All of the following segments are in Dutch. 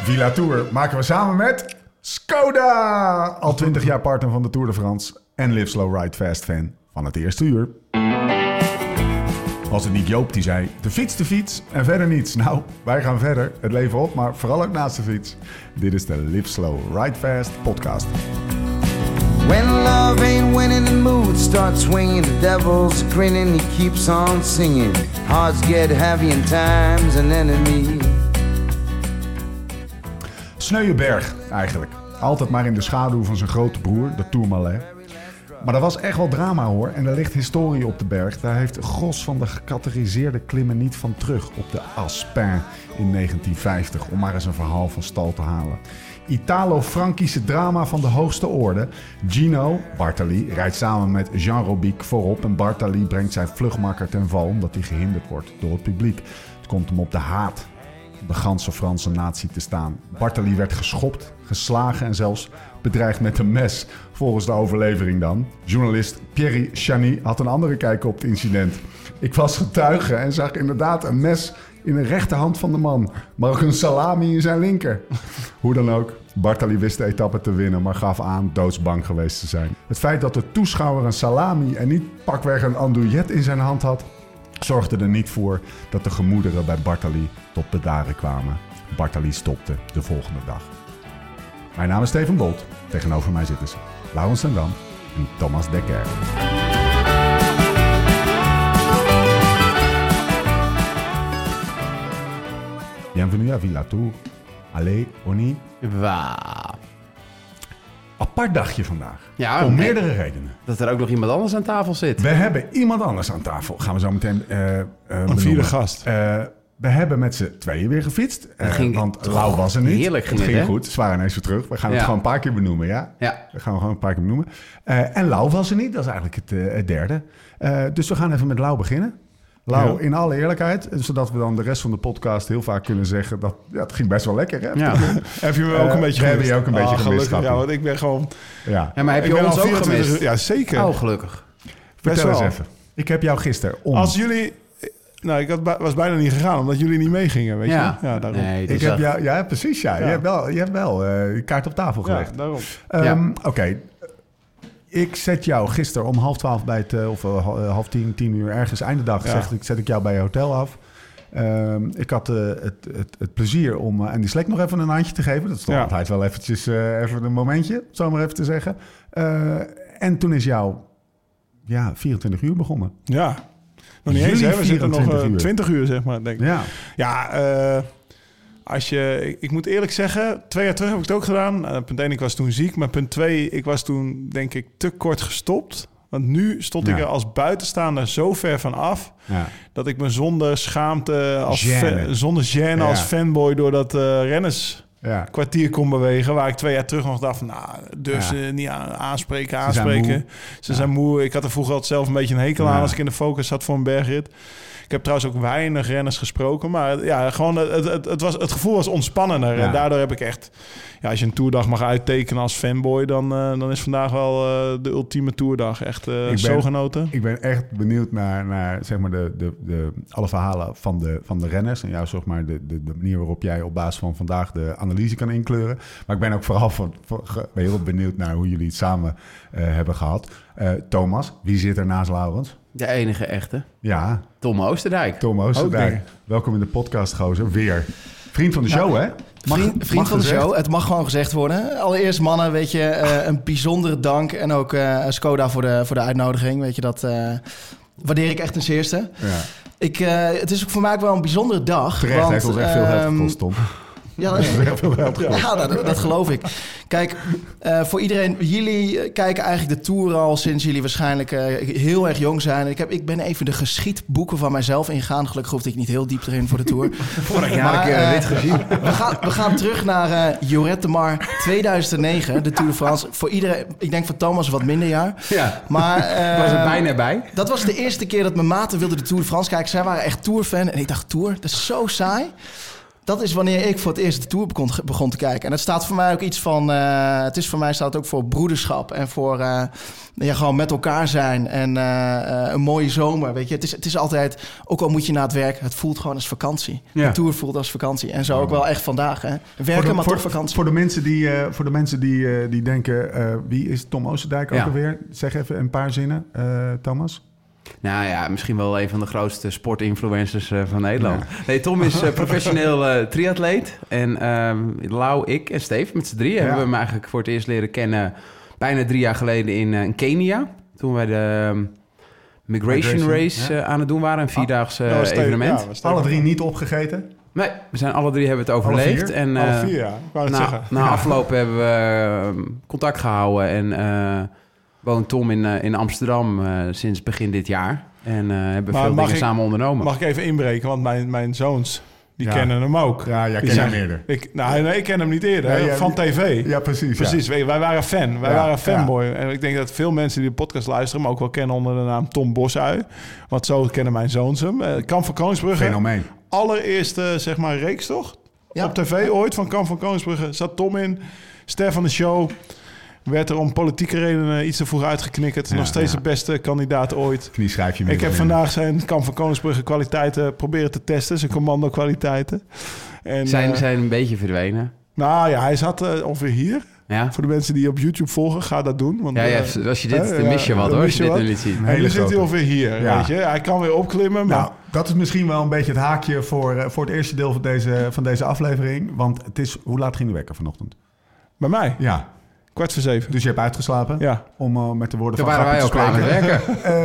Villa Tour maken we samen met Skoda. Al 20 jaar partner van de Tour de France en Live Slow Ride Fast fan van het eerste uur. Was het niet Joop die zei, de fiets en verder niets. Nou, wij gaan verder, het leven op, maar vooral ook naast de fiets. Dit is de Live Slow Ride Fast podcast. When love ain't winning, the mood starts swinging. The devil's grinning, he keeps on singing. Hearts get heavy and time's an enemy. Sneuwe berg, eigenlijk. Altijd maar in de schaduw van zijn grote broer, de Tourmalet. Maar er was echt wel drama hoor. En er ligt historie op de berg. Daar heeft gros van de gecategoriseerde klimmen niet van terug op de Aspin in 1950. Om maar eens een verhaal van stal te halen. Italo-Frankische drama van de hoogste orde. Gino Bartali rijdt samen met Jean Robic voorop. En Bartali brengt zijn vluchtmakker ten val omdat hij gehinderd wordt door het publiek. Het komt hem op de haat. De ganse Franse natie te staan. Bartali werd geschopt, geslagen en zelfs bedreigd met een mes. Volgens de overlevering dan. Journalist Pierre Chani had een andere kijk op het incident. Ik was getuige en zag inderdaad een mes in de rechterhand van de man. Maar ook een salami in zijn linker. Hoe dan ook, Bartali wist de etappe te winnen, maar gaf aan doodsbang geweest te zijn. Het feit dat de toeschouwer een salami en niet pakweg een andouillet in zijn hand had, zorgde er niet voor dat de gemoederen bij Bartali tot bedaren kwamen. Bartali stopte de volgende dag. Mijn naam is Steven Bolt. Tegenover mij zitten ze Laurens ten Dam en Thomas Dekker. Bienvenue à Villa Tour. Allez, Oni. Wauw. Apart dagje vandaag. Ja, om meerdere redenen. Dat er ook nog iemand anders aan tafel zit. We hebben iemand anders aan tafel. Gaan we zo meteen een vierde gast. We hebben met z'n tweeën weer gefietst. Want Lau was er niet. Heerlijk het ging goed. Ze waren ineens weer terug. We gaan het gewoon een paar keer benoemen, ja? Ja. We gaan gewoon een paar keer benoemen. En Lau was er niet. Dat is eigenlijk het derde. Dus we gaan even met Lau beginnen. Lau, in alle eerlijkheid, zodat we dan de rest van de podcast heel vaak kunnen zeggen dat het ging best wel lekker. Hè? Ja. Heb je me ook een beetje gemist? Heb je ook een beetje gemist. Ja, want ik ben gewoon... Ja, maar heb je ons ook gemist? Ja, zeker. Oh, gelukkig. Vertel eens even. Ik heb jou gisteren Als jullie... Nou, ik was bijna niet gegaan, omdat jullie niet meegingen, weet je? Ja, daarom. Nee, ik heb jou, ja, precies, ja. Je hebt wel je kaart op tafel gelegd. Ja, daarom. Oké. Ik zet jou gisteren om 11:30 bij het... of 9:30, 10:00 ergens, einde dag, zet ik jou bij je hotel af. Ik had het plezier om Andy Slek nog even een handje te geven. Dat is toch altijd wel eventjes even een momentje, zo maar even te zeggen. En toen is jouw 24 uur begonnen. Ja, nog niet eens, hè? We zitten nog 20 uur, zeg maar, denk ik. Ja, ik moet eerlijk zeggen, 2 jaar terug heb ik het ook gedaan. Punt 1, ik was toen ziek. Maar punt 2, ik was toen, denk ik, te kort gestopt. Want nu stond ik er als buitenstaander zo ver van af... dat ik me zonder schaamte, zonder gêne als fanboy... door dat rennerskwartier kon bewegen... waar ik 2 jaar terug nog dacht van... durf ze niet aanspreken. Ze zijn moe. Ik had er vroeger altijd zelf een beetje een hekel aan... als ik in de focus zat voor een bergrit. Ik heb trouwens ook weinig renners gesproken. Maar ja, gewoon het gevoel was ontspannender. Ja. En daardoor heb ik echt... Ja, als je een toerdag mag uittekenen als fanboy... dan is vandaag wel de ultieme toerdag. Echt zo genoten. Ik ben echt benieuwd naar zeg maar alle verhalen van de renners. En jou, zeg maar, de manier waarop jij op basis van vandaag de analyse kan inkleuren. Maar ik ben ook vooral heel benieuwd naar hoe jullie het samen hebben gehad. Thomas, wie zit er naast Laurens? De enige echte. Ja. Tom Oosterdijk. Tom Oosterdijk. Welkom in de podcast, gozer. Weer. Vriend van de show, hè? Vriend van de show. Het mag gewoon gezegd worden. Allereerst, mannen, weet je, een bijzondere dank. En ook Skoda voor de uitnodiging. Weet je, dat waardeer ik echt ten zeerste. Ja. Het is ook voor mij ook wel een bijzondere dag. Terecht, heeft ons echt veel geld gekost, Tom. Ja, dat geloof ik. Kijk, voor iedereen... Jullie kijken eigenlijk de Tour al sinds jullie waarschijnlijk heel erg jong zijn. Ik ben even de geschiedboeken van mijzelf ingegaan. Gelukkig hoefde ik niet heel diep erin voor de Tour. Vorig jaar een keer dit gezien. We gaan terug naar Lloret de Mar 2009, de Tour de France. Voor iedereen, ik denk voor Thomas wat minder jaar. Ja, maar was er bijna bij. Dat was de eerste keer dat mijn maten wilden de Tour de France kijken. Zij waren echt Tour-fan. En ik dacht, Tour, dat is zo saai. Dat is wanneer ik voor het eerst de Tour begon te kijken. En dat staat voor mij ook iets van... staat ook voor broederschap en voor gewoon met elkaar zijn en een mooie zomer. Weet je, het is altijd, ook al moet je naar het werk, het voelt gewoon als vakantie. Ja. De Tour voelt als vakantie. En zo ook wel echt vandaag. Hè? Werken, maar toch vakantie. Voor de mensen die denken, wie is Tom Oosterdijk ook alweer? Zeg even een paar zinnen, Thomas. Nou ja, misschien wel een van de grootste sportinfluencers van Nederland. Ja. Nee, Tom is professioneel triatleet. En Lau, ik en Steve, met z'n drieën hebben we hem eigenlijk voor het eerst leren kennen... bijna 3 jaar geleden in Kenia. Toen wij de Migration Race aan het doen waren. Een 4-daagse evenement. Ja, alle 3 niet opgegeten? Nee, we zijn alle 3 hebben het overleefd. Alle 4, ja. Ik wou het zeggen. Na afloop hebben we contact gehouden en... woont Tom in Amsterdam sinds begin dit jaar. En hebben veel dingen samen ondernomen. Mag ik even inbreken? Want mijn zoons, die kennen hem ook. Ja, jij kent hem eerder. Ik ken hem niet eerder. Van tv. Ja, precies. Precies. Ja. Wij waren fan. Wij waren fanboy. Ja. En ik denk dat veel mensen die de podcast luisteren... hem ook wel kennen onder de naam Tom Bosui. Want zo kennen mijn zoons hem. Kamp van Koningsbrugge. Fenomeen. Allereerste, zeg maar, reeks, toch? Ja. Op tv ooit van Kamp van Koningsbrugge. Zat Tom in. Ster van de show... werd er om politieke redenen iets te vroeg uitgeknikkerd. Nog steeds de beste kandidaat ooit. Knieschijfje mee. Ik heb vandaag zijn Kamp van Koningsbrugge kwaliteiten proberen te testen. Zijn commando kwaliteiten. En, zijn een beetje verdwenen. Nou ja, hij zat ongeveer hier. Ja. Voor de mensen die op YouTube volgen, ga dat doen. Want, als je dit, mis je wat hoor. Als je dit nu liet zien. En nu zit hij ongeveer hier. Ja. Weet je? Hij kan weer opklimmen. Maar... Nou, dat is misschien wel een beetje het haakje voor het eerste deel van deze aflevering. Want het is, hoe laat ging de wekker vanochtend? Bij mij? Ja. 6:45. Dus je hebt uitgeslapen? Ja. Om met de woorden toen van waren wij ook klaar met werken.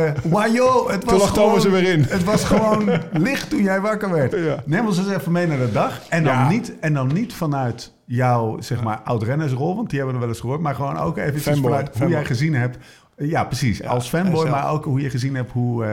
Wajo, het was toen lag Thomas er weer in. Het was gewoon licht toen jij wakker werd. Ja. Neem ons eens even mee naar de dag. En dan niet vanuit jouw, zeg maar, oud-rennersrol. Want die hebben we wel eens gehoord. Maar gewoon ook even vanuit hoe jij gezien hebt. Ja, precies. Ja, als fanboy. Maar ook hoe je gezien hebt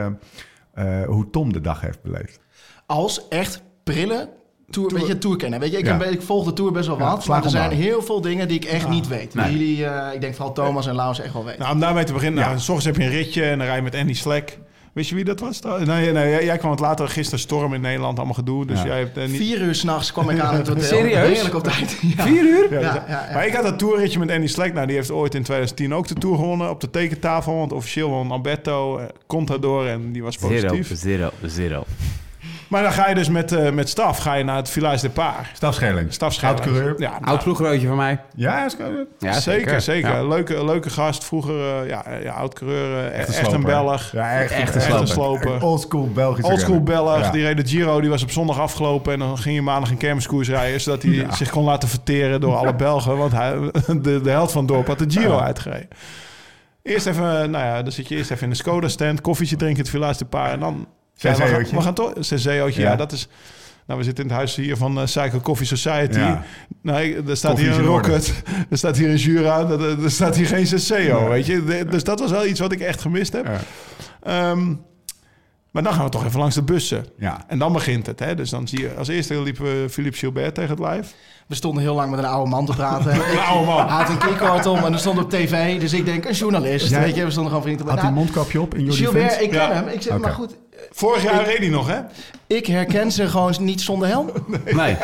hoe Tom de dag heeft beleefd. Als echt prille... Tour kennen. Weet je, ik volg de Tour best wel wat. Maar er zijn heel veel dingen die ik echt niet weet. Nee. Die jullie, ik denk vooral Thomas en Laus echt wel weten. Nou, om daarmee te beginnen. Nou, 's ochtends heb je een ritje en dan rij je met Andy Slack. Weet je wie dat was? Nee, jij kwam het later. Gisteren storm in Nederland, allemaal gedoe. Dus jij hebt, 4 uur 's nachts kwam ik aan het hotel. Serieus? Heerlijk op tijd. 4 uur? Ja. Maar ik had dat tourritje met Andy Slack. Nou, die heeft ooit in 2010 ook de Tour gewonnen op de tekentafel. Want officieel won Alberto Contador en die was positief. Zero. Maar dan ga je dus met staf naar het Village de Paar. Stafscheling. Oud-coureur. Ja, oud ploeggenootje van mij. Ja, zeker. Ja. Leuke gast. Vroeger oud-coureur. Echt een Belg. Ja, echt een sloper. Oldschool Belgisch. Oldschool Belg. Ja. Die reed de Giro. Die was op zondag afgelopen. En dan ging hij maandag een kermiskoers rijden. Zodat hij zich kon laten verteren door alle Belgen. Want de helft van het dorp had de Giro uitgereden. Eerst even, dan zit je eerst even in de Skoda-stand. Koffietje drinken, het Village de Paar. En dan... we gaan toch... Senseootje, ja, dat is... Nou, we zitten in het huis hier van Cycle Coffee Society. Ja. Nou, er staat hier een Rocket. Er staat hier een Jura. Er staat hier geen Senseo, weet je. Dus dat was wel iets wat ik echt gemist heb. Ja. Maar dan gaan we toch even langs de bussen. Ja. En dan begint het, hè. Dus dan zie je... Als eerste liep Philippe Gilbert tegen het lijf. We stonden heel lang met een oude man te praten. Een oude man. Hij had een keycord om en er stond op tv. Dus ik denk, een journalist. Weet je, we stonden gewoon vrienden te praten. Had hij een mondkapje op in jullie Gilbert, ik ken hem. Ik zeg, maar goed... Vorig jaar reed hij nog, hè? Ik herken ze gewoon niet zonder helm. Nee.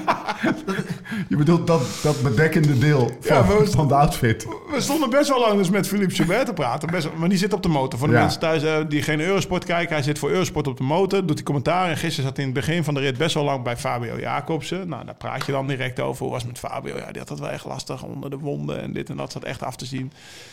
Je bedoelt dat bedekkende deel van de outfit. We stonden best wel lang dus met Philippe Gilbert te praten. Maar die zit op de motor. Voor de mensen thuis die geen Eurosport kijken. Hij zit voor Eurosport op de motor. Doet hij commentaar. En gisteren zat hij in het begin van de rit best wel lang bij Fabio Jacobsen. Nou, daar praat je dan direct over. Hoe was het met Fabio? Ja, die had het wel echt lastig onder de wonden. En dit en dat zat echt af te zien.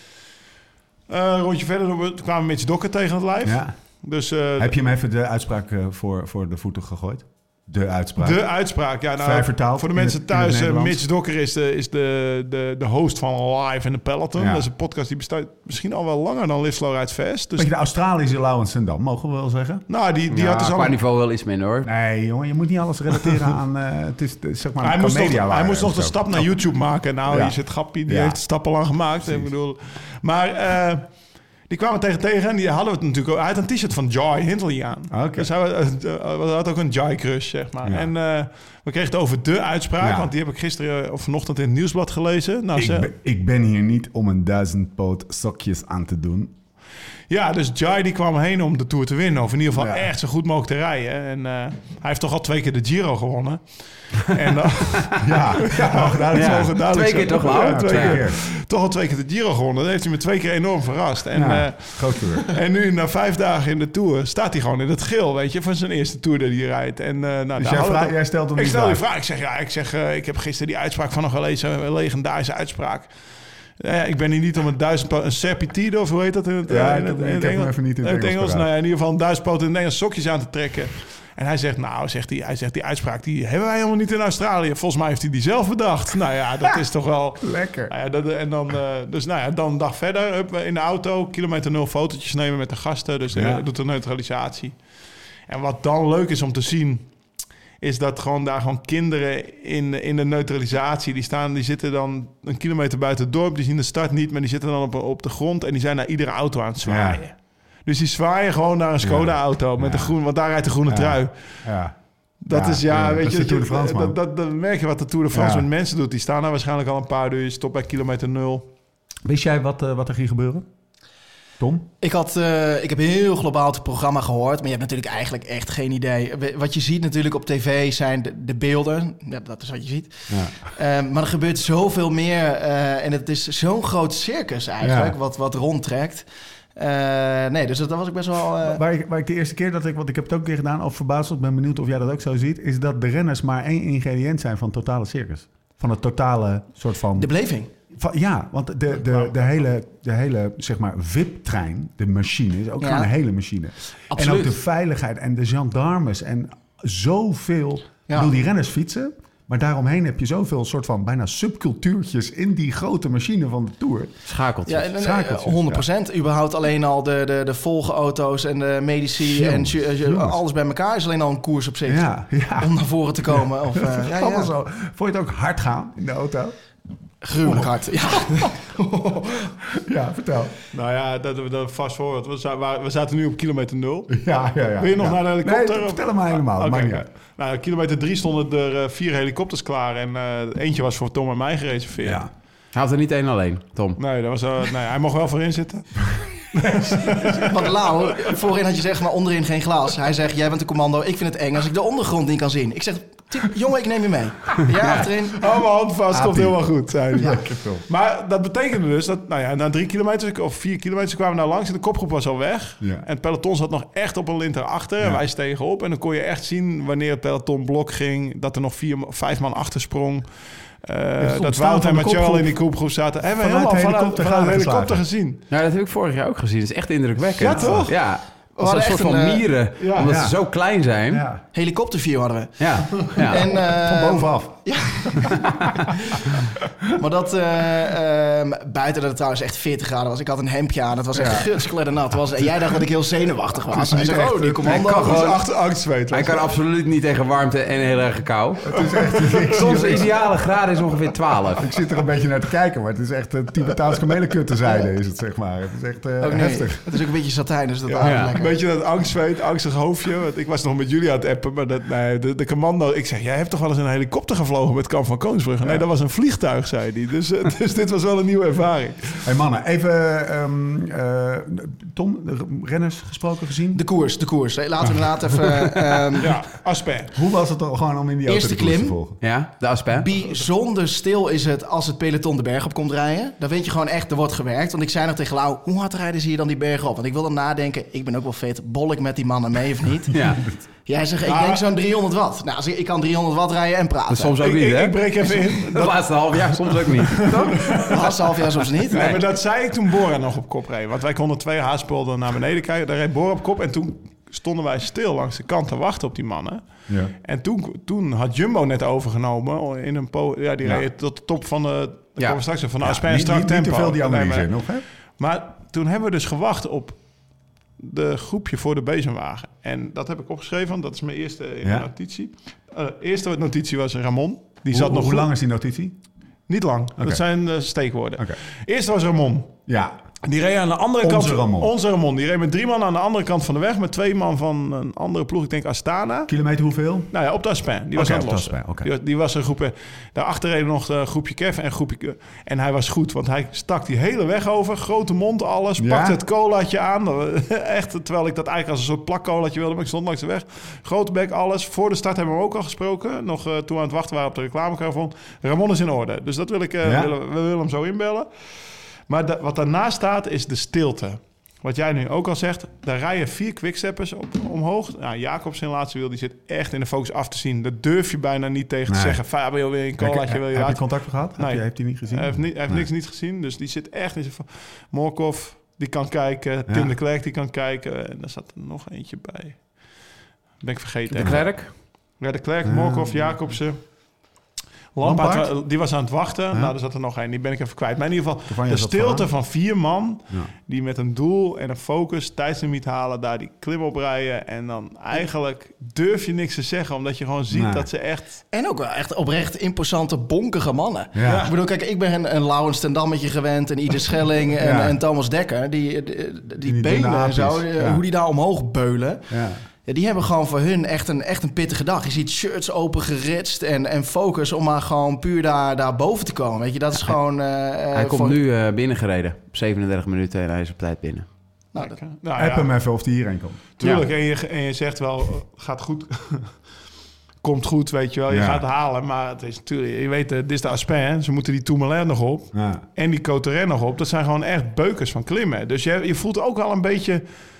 Rondje verder kwamen Mitch Dokker tegen het lijf. Ja. Dus, heb je hem even de uitspraak voor de voeten gegooid? De uitspraak, ja. Nou, vertaald voor de mensen thuis, Mitch Dokker is de host van Live in the Peloton. Ja. Dat is een podcast die bestaat misschien al wel langer dan Live Slow Ride Fast. Dus... Beetje de Australische Laurens Sendam, mogen we wel zeggen? Nou, die had dus qua niveau wel iets minder, hoor. Nee, jongen, je moet niet alles relateren aan... het is zeg maar hij moest nog de stap naar YouTube maken. Nou, hier zit Gappie, die heeft de stap al lang gemaakt. Ik bedoel, maar... Die kwamen tegen en die hadden het natuurlijk... Hij had een t-shirt van Joy Hindley aan. Okay. Dus hij had ook een Joy-crush, zeg maar. Ja. En we kregen het over de uitspraak... want die heb ik gisteren of vanochtend in het nieuwsblad gelezen. Nou, ik ben hier niet om een 1000-poot sokjes aan te doen. Ja, dus Jai die kwam heen om de Tour te winnen. Of in ieder geval echt zo goed mogelijk te rijden. En hij heeft toch al 2 keer de Giro gewonnen. En dan... Twee keer toch wel? Ja, 2 keer. Toch al 2 keer de Giro gewonnen. Dat heeft hij me 2 keer enorm verrast. En, groot Tour. En nu na 5 dagen in de Tour staat hij gewoon in het geel, weet je, van zijn eerste Tour die hij rijdt. En, dus jij stelt hem Ik stel die vraag. Ik heb gisteren die uitspraak van nog gelezen, een legendarische uitspraak. Ik ben hier niet om een serpentido, of hoe heet dat in het Engels? Niet in het Engels. Nou, in ieder geval een 1000 poten in het Engels sokjes aan te trekken. En hij zegt, die uitspraak, die hebben wij helemaal niet in Australië. Volgens mij heeft hij die zelf bedacht. Nou ja, dat is toch wel... Lekker. Dan een dag verder in de auto, kilometer 0 fotootjes nemen met de gasten. Dus doet de neutralisatie. En wat dan leuk is om te zien, is dat daar gewoon kinderen in de neutralisatie, die zitten dan een kilometer buiten het dorp, die zien de start niet, maar die zitten dan op de grond en die zijn naar iedere auto aan het zwaaien. Ja. Dus die zwaaien gewoon naar een Skoda-auto met de groen, want daar rijdt de groene trui. Ja. Dat is, weet je, dat merk je wat de Tour de France met mensen doet. Die staan daar waarschijnlijk al een paar uur, stop bij kilometer 0. Wist jij wat er ging gebeuren? Tom? Ik heb heel globaal het programma gehoord, maar je hebt natuurlijk eigenlijk echt geen idee. Wat je ziet natuurlijk op tv zijn de beelden. Ja, dat is wat je ziet. Ja. Maar er gebeurt zoveel meer en het is zo'n groot circus eigenlijk wat rondtrekt. Dus dat was ik best wel... Waar ik de eerste keer want ik heb het ook een keer gedaan, of verbaasd, ik ben benieuwd of jij dat ook zo ziet, is dat de renners maar 1 ingrediënt zijn van het totale circus. Van het totale soort van... De beleving. Ja, want de hele zeg maar VIP-trein, de machine, is ook gewoon een hele machine. Absoluut. En ook de veiligheid en de gendarmes en zoveel... Ja. Ik bedoel, die renners fietsen, maar daaromheen heb je zoveel soort van bijna subcultuurtjes in die grote machine van de Tour. Schakeltjes. Ja, 100%. Überhaupt alleen al de volgauto's en de medici en alles bij elkaar is alleen al een koers op zich. Ja. Om naar voren te komen. Zo. Vond je het ook hard gaan in de auto? Gruwelijk hard, ja. Ja, vertel. Nou ja, dat fast forward. We zaten nu op kilometer 0. Ja. Wil je nog naar de helikopter? Nee, vertel hem maar helemaal. Okay. Nou, kilometer 3 stonden er 4 helikopters klaar. En eentje was voor Tom en mij gereserveerd. Ja. Hij had er niet 1 alleen, Tom. Nee, hij mocht wel voorin zitten. Want Lau, voorin had je zeg maar onderin geen glas. Hij zegt, jij bent de commando, ik vind het eng als ik de ondergrond niet kan zien. Ik zeg, jongen, ik neem je mee. Ja, achterin. Hou mijn hand vast, komt helemaal goed, zei hij. Ja. Maar dat betekende dus dat, na 3 kilometer of 4 kilometer kwamen we nou langs en de kopgroep was al weg. Ja. En het peloton zat nog echt op een lint erachter. En wij stegen op en dan kon je echt zien wanneer het peloton blok ging, dat er nog 5 man achter sprong. Dat Wout en Mathieu al in die kopgroep zaten. Hebben we helemaal vanuit de helikopter gezien. Ja, dat heb ik vorig jaar ook gezien. Dat is echt indrukwekkend. Ja, toch? Ja. Als een soort van mieren, omdat ze zo klein zijn. Ja. Helikopterview hadden we. Ja. En, van bovenaf. Ja. Maar dat, buiten dat het trouwens echt 40 graden was. Ik had een hemdje aan, het was echt gutskleddernat. En jij dacht dat ik heel zenuwachtig was. Hij zei, die commando. Hij kan absoluut niet tegen warmte en heel erg kou. Soms de ideale graad is ongeveer 12. Ik zit er een beetje naar te kijken, maar het is echt een Tibetaans kamelenkuttenzijde is het, zeg maar. Het is echt heftig. Het is ook een beetje satijn, dus dat lekker. Een beetje dat angstig hoofdje. Want ik was nog met jullie aan het appen, maar de commando... Ik zeg, jij hebt toch wel eens een helikopter gevlogen met Kamp van Koningsbrugge? Nee, dat was een vliegtuig, zei hij. Dus dit was wel een nieuwe ervaring. Hey mannen, even... Tom, de renners gesproken gezien? De koers. Laten we inderdaad even... Asper. Hoe was het dan gewoon om in die auto te volgen? Ja, de Asper. Bijzonder stil is het als het peloton de berg op komt rijden. Dan weet je gewoon echt, er wordt gewerkt. Want ik zei nog tegen Lau, hoe hard rijden ze hier dan die bergen op? Want ik wil dan nadenken, ik ben ook wel vet. Bol ik met die mannen mee of niet? Ja. Jij zegt, ik denk zo'n 300 watt. Nou, ik kan 300 watt rijden en praten. Soms ook niet, hè? Ik breek even in. Het laatste half jaar soms ook niet. Het laatste half jaar soms niet. Nee, maar dat zei ik toen Bora nog op kop reed. Want wij konden 2 haarspulden naar beneden kijken. Daar reed Bora op kop. En toen stonden wij stil langs de kant te wachten op die mannen. Ja. En toen had Jumbo net overgenomen. In een die reed tot de top van de... komen we straks van de Asper strak tempo. Niet te veel die analyse in, of hè? Maar toen hebben we dus gewacht op de groepje voor de bezemwagen. En dat heb ik opgeschreven, want dat is mijn eerste notitie. Eerste notitie was Ramon. Hoe lang is die notitie? Niet lang. Okay. Dat zijn steekwoorden. Okay. Eerste was Ramon. Ja. Die reed aan de andere kant. Ramon. Onze Ramon. Die reed met 3 man aan de andere kant van de weg. Met 2 man van een andere ploeg. Ik denk Astana. Kilometer hoeveel? Nou ja, op de Aspin. Die was aan het lossen. Okay. Die was een groep. Daarachter reed nog een groepje Kev en een groepje. En hij was goed, want hij stak die hele weg over. Grote mond, alles. Pakte het colaatje aan. Echt, terwijl ik dat eigenlijk als een soort plakcolaatje wilde. Maar ik stond langs de weg. Grote bek, alles. Voor de start hebben we hem ook al gesproken. Nog toen we aan het wachten waren op de reclamecaravan. Ramon is in orde. Dus dat wil ik. We willen hem zo inbellen. Maar wat daarnaast staat is de stilte. Wat jij nu ook al zegt, daar rijden 4 quicksteppers omhoog. Nou, Jacobs in laatste wiel, die zit echt in de focus af te zien. Dat durf je bijna niet tegen te zeggen. Fabio, weer een colaatje. Heb je contact gehad? Nee. Heeft hij niet gezien? Hij heeft niks niet gezien, dus die zit echt in zijn... Morkov, die kan kijken. Tim de Klerk, die kan kijken. En daar zat er nog eentje bij. Ben ik vergeten. De Klerk? Ja, de Klerk, Morkov, Jacobsen... Lampaard, die was aan het wachten. Ja. Nou, er zat er nog één. Die ben ik even kwijt. Maar in ieder geval, de stilte van 4 man... die met een doel en een focus tijdslimiet halen... daar die klim op rijden. En dan eigenlijk durf je niks te zeggen... omdat je gewoon ziet dat ze echt... En ook wel echt oprecht imposante, bonkige mannen. Ja. Ik bedoel, kijk, ik ben een Laurens ten Dammetje gewend... en Ieder Schelling en Thomas Dekker. Die benen en zo, hoe die daar omhoog beulen... Ja. Ja, die hebben gewoon voor hun echt een pittige dag. Je ziet shirts open geritst en focus om maar gewoon puur daar boven te komen. Weet je, dat is gewoon... hij komt nu binnengereden. 37 minuten en hij is op tijd binnen. App hem even of hij hierheen komt. Tuurlijk, en je zegt wel, gaat goed... Komt goed, weet je wel. Je gaat het halen, maar het is natuurlijk... Je weet, dit is de Aspin. Ze moeten die Tourmalet nog op. Ja. En die Cotterêt nog op. Dat zijn gewoon echt beukers van klimmen. Dus je voelt ook wel een beetje...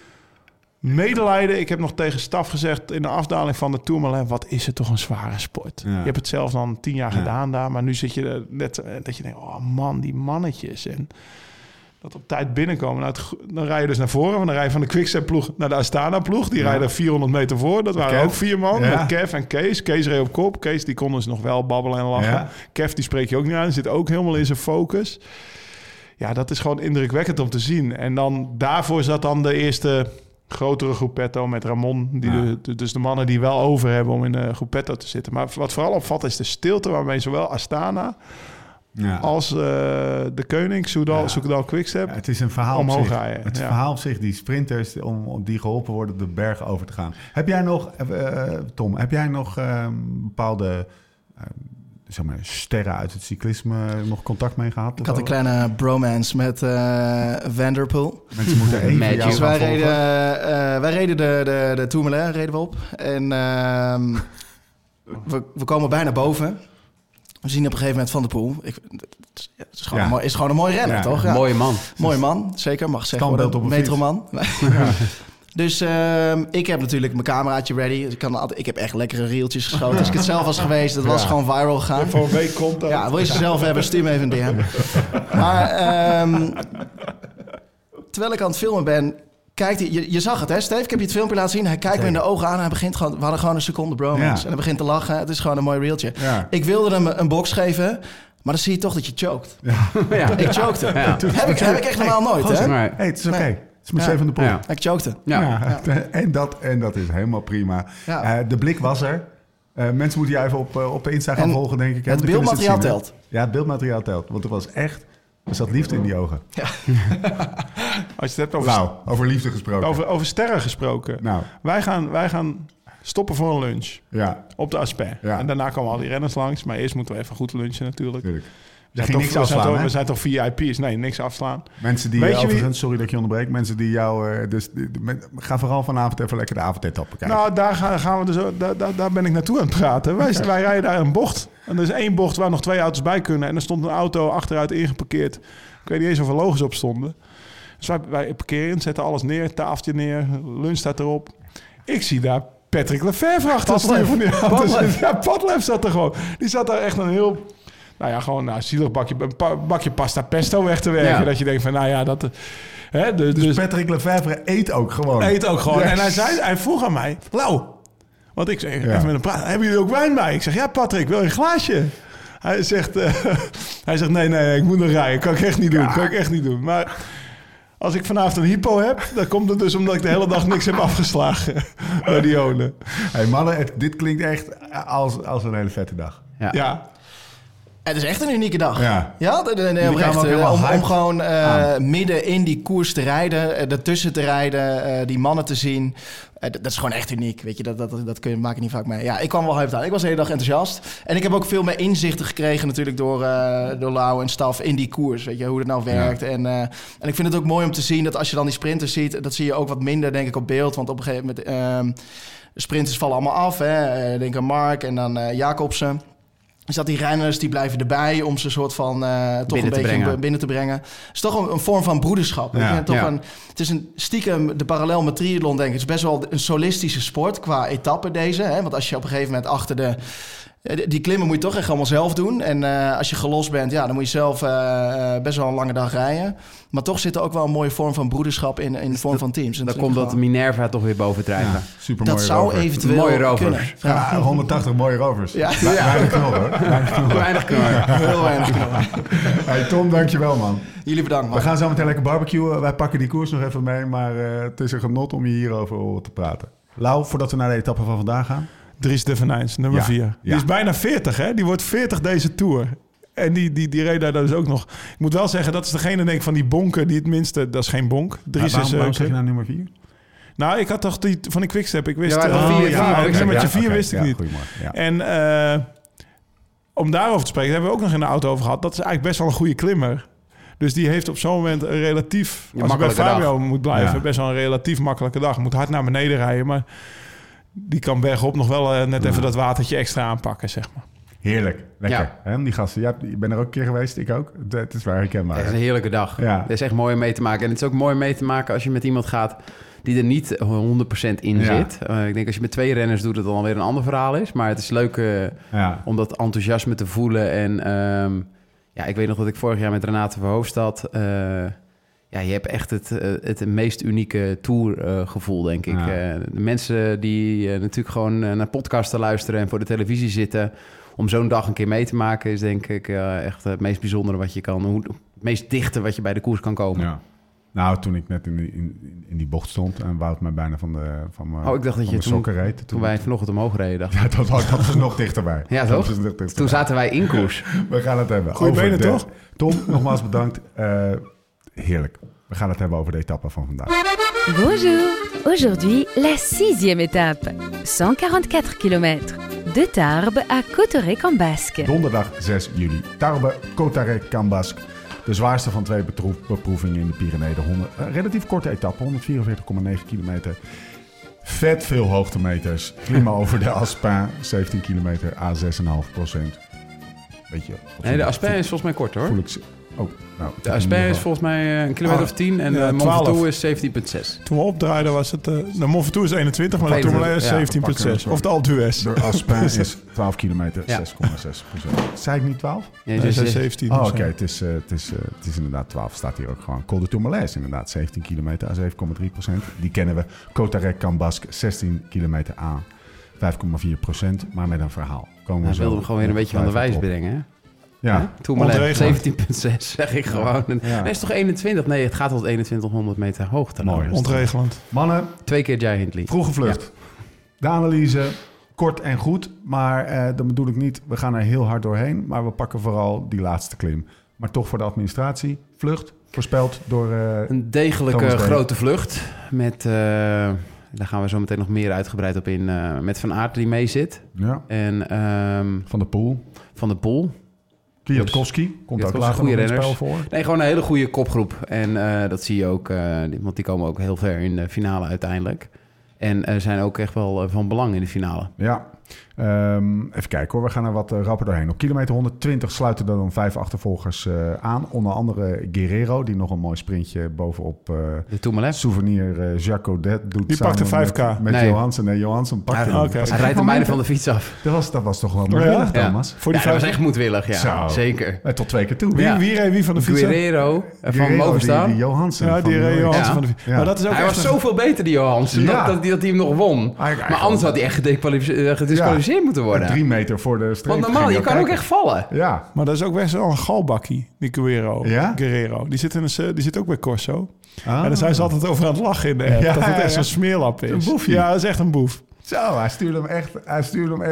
medelijden. Ik heb nog tegen Staf gezegd in de afdaling van de Tourmalet... wat is het toch een zware sport. Ja. Je hebt het zelf dan 10 jaar gedaan daar... maar nu zit je net dat je denkt... oh man, die mannetjes. En dat op tijd binnenkomen. Nou, dan rij je dus naar voren. Dan rij je van de Quickstep-ploeg naar de Astana-ploeg. Die rijden 400 meter voor. Dat waren ook 4 man. Met Kev en Kees. Kees reed op kop. Kees die kon dus nog wel babbelen en lachen. Ja. Kev die spreek je ook niet aan. Die zit ook helemaal in zijn focus. Ja, dat is gewoon indrukwekkend om te zien. En dan daarvoor zat dan de eerste... grotere groepetto met Ramon. Dus de mannen die wel over hebben om in de groepetto te zitten. Maar wat vooral opvalt is de stilte waarmee zowel Astana als de Koning, Soudal Quickstep... Het is een verhaal omhoog rijden. Het verhaal op zich, die sprinters om die geholpen worden de bergen over te gaan. Heb jij nog, Tom, bepaalde... zeg maar, sterren uit het cyclisme nog contact mee gehad? Ik had een kleine bromance met Van der Poel. Mensen moeten even dus wij reden de Tourmalet reden we op. En we komen bijna boven. We zien op een gegeven moment Van der Poel. Het is gewoon een mooi renner, toch? Ja. Mooie man. Mooie man, zeker. Mag zeggen, een metroman. Ja. Dus ik heb natuurlijk mijn cameraatje ready. Ik heb echt lekkere reeltjes geschoten. Als ik het zelf was geweest, dat was gewoon viral gegaan. Voor een week komt dat. Ja, wil je ze zelf hebben, stuur me even een DM. Maar terwijl ik aan het filmen ben, kijkt hij... Je zag het, hè, Steve? Ik heb je het filmpje laten zien. Hij kijkt me in de ogen aan en hij begint gewoon... We hadden gewoon een seconde bromance. En hij begint te lachen. Het is gewoon een mooi reeltje. Ja. Ik wilde hem een box geven... Maar dan zie je toch dat je choked. Ja. Ik chokte. Ja. Heb ik echt normaal nooit, hè? Hey, het is oké. Het is mijn zevende Poel. Ja. Ik chokte. Ja. En dat is helemaal prima. Ja. De blik was er. Mensen moeten je even op de Insta gaan volgen, denk ik. Het beeldmateriaal telt. Ja, het beeldmateriaal telt. Want er was echt... Er zat liefde in die ogen. Ja. Als je het hebt over liefde gesproken. Over sterren gesproken. Nou. Wij gaan stoppen voor een lunch. Ja. Op de Aspin. Ja. En daarna komen al die renners langs. Maar eerst moeten we even goed lunchen natuurlijk. Tuurlijk. We zijn toch VIP's? Nee, niks afslaan. Mensen die overigens, sorry dat je onderbreekt, mensen die jou... ga vooral vanavond even lekker de avondetappen kijken. Nou, daar ben ik naartoe aan het praten. Wij rijden daar een bocht. En er is 1 bocht waar nog 2 auto's bij kunnen. En er stond een auto achteruit ingeparkeerd. Ik weet niet eens of er logos op stonden. Dus wij parkeren, zetten alles neer, tafeltje neer, lunch staat erop. Ik zie daar Patrick Lefevre achter. Padlef zat er gewoon. Die zat daar echt een heel... Nou ja, gewoon een zielig bakje pasta pesto weg te werken. Ja. Dat je denkt van, nou ja, dat... Hè, dus Patrick Lefevre eet ook gewoon. Yes. En hij vroeg aan mij, Lau, want ik zeg, even met hem praten, hebben jullie ook wijn bij? Ik zeg, ja Patrick, wil je een glaasje? Hij zegt, nee, ik moet nog rijden. Kan ik echt niet doen. Maar als ik vanavond een hypo heb, dan komt het dus omdat ik de hele dag niks heb afgeslagen bij die Jolen. Hey mannen, dit klinkt echt als een hele vette dag. Ja. Het is echt een unieke dag. Ja, om gewoon midden in die koers te rijden, ertussen te rijden, die mannen te zien. Dat is gewoon echt uniek, weet je. Dat maak je niet vaak mee. Ja, ik kwam wel hyped aan. Ik was de hele dag enthousiast. En ik heb ook veel meer inzichten gekregen natuurlijk door Lau en staf in die koers. Weet je, hoe het nou werkt. Ja. En ik vind het ook mooi om te zien dat als je dan die sprinters ziet, dat zie je ook wat minder, denk ik, op beeld. Want op een gegeven moment, de sprinters vallen allemaal af. Hè. Denk aan Mark en dan Jacobsen. Dus dat die renners die blijven erbij om ze soort van toch een beetje binnen te brengen. Het is toch een vorm van broederschap. Ja. Het is een stiekem de parallel met triathlon, denk ik. Het is best wel een solistische sport qua etappe deze. Hè? Want als je op een gegeven moment achter die klimmen moet je toch echt allemaal zelf doen. En als je gelost bent, dan moet je zelf best wel een lange dag rijden. Maar toch zit er ook wel een mooie vorm van broederschap in de vorm van teams. Dan komt dat Minerva toch weer bovendrijven. Ja, super dat zou rover. Eventueel mooie rovers. kunnen. Ja, 180 mooie rovers. Ja. Weinig knol, hoor. Weinig knol. Heel weinig knol. Hey Tom, dankjewel, man. Jullie bedankt, man. We gaan zo meteen lekker barbecuen. Wij pakken die koers nog even mee. Maar het is een genot om je hierover te praten. Lau, voordat we naar de etappe van vandaag gaan. Dries de Venijns, nummer 4. Die is bijna 40, hè? Die wordt 40 deze Tour. En die reed daar dus ook nog. Ik moet wel zeggen, dat is degene, denk ik, van die bonken die het minste... Dat is geen bonk. Dries waarom zeg je nou nummer 4? Nou, ik had toch die van die Quickstep. Ik wist... nummertje 4 wist ik niet. Ja. En om daarover te spreken, hebben we ook nog in de auto over gehad. Dat is eigenlijk best wel een goede klimmer. Dus die heeft op zo'n moment een relatief... Als je bij Fabio moet blijven, best wel een relatief makkelijke dag. Moet hard naar beneden rijden, maar... Die kan bergop nog wel net even dat watertje extra aanpakken, zeg maar. Heerlijk. Lekker. Ja. Die gasten. Je bent er ook een keer geweest, ik ook. Het is waar herkenbaar. Het is een heerlijke dag. Ja. Het is echt mooi om mee te maken. En het is ook mooi om mee te maken als je met iemand gaat die er niet 100% in zit. Ik denk als je met 2 renners doet, dat het dan weer een ander verhaal is. Maar het is leuk om dat enthousiasme te voelen. En ik weet nog dat ik vorig jaar met Renate Verhoofdstad... je hebt echt het meest unieke tourgevoel, denk ik. Ja. De mensen die natuurlijk gewoon naar podcasten luisteren... en voor de televisie zitten... om zo'n dag een keer mee te maken... is denk ik echt het meest bijzondere wat je kan... het meest dichte wat je bij de koers kan komen. Ja. Nou, toen ik net in die bocht stond... en Wout mij bijna van ik dacht dat je sokken reed. Toen wij vanochtend omhoog reden, dacht ik. Ja, dat was nog dichterbij. Ja, toch? Toen zaten wij in koers. We gaan het hebben. Goeie benen, toch? Tom, nogmaals bedankt. Heerlijk. We gaan het hebben over de etappe van vandaag. Bonjour. Aujourd'hui, la 6e étape. 144 kilometer. De Tarbes à Cauterets-Cambasque. Donderdag 6 juli. Tarbes, Cauterets-Cambasque. De zwaarste van 2 beproevingen in de Pyreneeën. Een relatief korte etappe, 144,9 kilometer. Vet veel hoogtemeters. Klimmen over de Aspin, 17 kilometer, A6,5%. Weet je? Nee, de Aspin is volgens mij kort, hoor. De Aspin is volgens mij een kilometer of 10 en Mont Ventoux is 17,6. Toen we opdraaiden was het... de Mont Ventoux is 21, maar de Tourmalet is 17,6. Of de Alpe d'Huez. De Aspin is 12 kilometer, 6,6%. Zei ik niet 12? Nee, hij zei 17. Oké, het is inderdaad 12. Staat hier ook gewoon. Col de Tourmalet is inderdaad 17 kilometer, A7,3%. Die kennen we. Cauterets-Cambasque, 16 kilometer, A5,4%. Maar met een verhaal. Wilden we gewoon weer een beetje van de wijs brengen, hè? Ja, Tourmalet 17,6 zeg ik gewoon. Nee, het is toch 21? Nee, het gaat tot 2100 meter hoogte. Mooi. Ontregelend. Mannen. 2 keer Jai Hindley. Vroege vlucht. Ja. De analyse, kort en goed. Maar dat bedoel ik niet, we gaan er heel hard doorheen. Maar we pakken vooral die laatste klim. Maar toch voor de administratie. Vlucht, voorspeld door... een degelijke grote vlucht. Met, daar gaan we zo meteen nog meer uitgebreid op in. Met Van Aert die mee zit. Ja. En, Van der Poel. Kwiatkowski komt ook later nog in het spel voor. Nee, gewoon een hele goede kopgroep. En dat zie je ook, want die komen ook heel ver in de finale uiteindelijk. En zijn ook echt wel van belang in de finale. Ja, even kijken hoor. We gaan er wat rapper doorheen. Op kilometer 120 sluiten er dan 5 achtervolgers aan. Onder andere Guerrero, die nog een mooi sprintje bovenop de Tourmalet. Souvenir Jacques Audet doet. Die pakte 5K. Met Johansen. Nee, Johansen pakte hij rijdt de meiden van de fiets af. Dat was toch wel moedwillig, Thomas? Voor die dat was echt moedwillig, ja. Zo. Zeker. Tot 2 keer toe. Wie reed wie van de fiets? Guerrero van Movistar. Die Johansen. Ja, die reed Johansen van de fiets. Ja. Maar dat is ook hij was zoveel beter, die Johansen, dat hij hem nog won. Maar anders had hij echt gedisqualificeerd moeten worden. 3 meter voor de streep. Want normaal, je kan ook echt vallen. Ja. Maar dat is ook best wel een galbakkie, die Guerrero. Ja? Guerrero. Die zit ook bij Corso. En dan zijn ze altijd over aan het lachen in de app. Dat het echt zo'n smeerlap is. Een boefje. Ja, dat is echt een boef. Zo, hij stuurde hem echt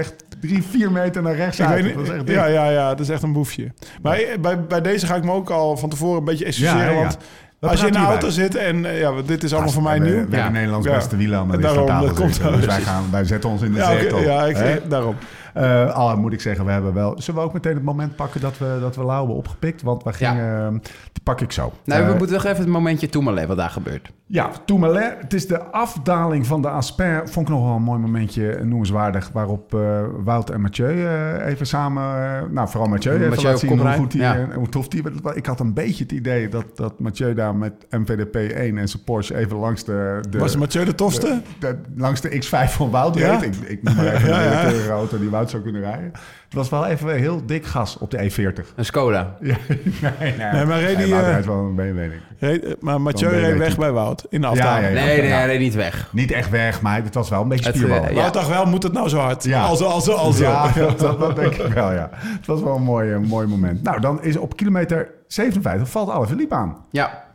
3-4 meter naar rechts uit. Dat is echt ja, dat is echt een boefje. Maar bij deze ga ik me ook al van tevoren een beetje excuseren. Want als je in de auto zit en dit is allemaal voor mij nieuw. We hebben Nederlands beste wielrenner. Daarom, dus wij zetten ons in de zetel. Daarom. Al moet ik zeggen, we hebben wel... Zullen we ook meteen het moment pakken dat we Lau hebben opgepikt? Want we gingen... Die pak ik zo. Nou, we moeten nog even het momentje Tourmalet, wat daar gebeurt. Ja, Tourmalet. Het is de afdaling van de Asper. Vond ik nog wel een mooi momentje, noemenswaardig... waarop Wout en Mathieu even samen... vooral Mathieu even laten zien hoe tof die... Ik had een beetje het idee dat Mathieu daar met MVDP 1 en zijn Porsche even langs de... Was Mathieu de tofste? Langs de X5 van Wout reed. Ik noem maar even een willekeurige auto die Wout zou kunnen rijden. Het was wel even heel dik gas op de E40. Een Skoda. Ja, nee, maar reed hij... rijdt wel een BMW, denk ik. Maar Mathieu reed weg bij Wout in de afdaling. Nee, hij reed niet weg. Niet echt weg, maar het was wel een beetje spierbal. Wout dacht wel, moet het nou zo hard? Ja. Also. Ja, dat denk ik wel, ja. Het was wel een mooi moment. Nou, dan is op kilometer 57 valt Alaphilippe aan. Ja.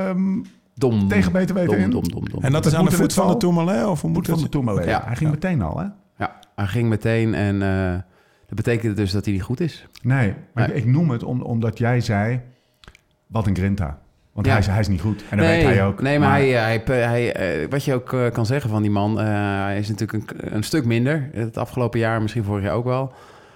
Tegen beter weten in. Dom. En dat is aan de voet van de Tourmalet? Of hoe moet van de Tourmalet. Ja. Hij ging meteen al, hè? Ja, hij ging meteen en dat betekent dus dat hij niet goed is. Nee, maar ik noem het omdat jij zei, wat een grinta. Want hij is niet goed. En dat weet hij ook. Nee, maar hij wat je ook kan zeggen van die man... hij is natuurlijk een stuk minder. Het afgelopen jaar, misschien vorig jaar ook wel.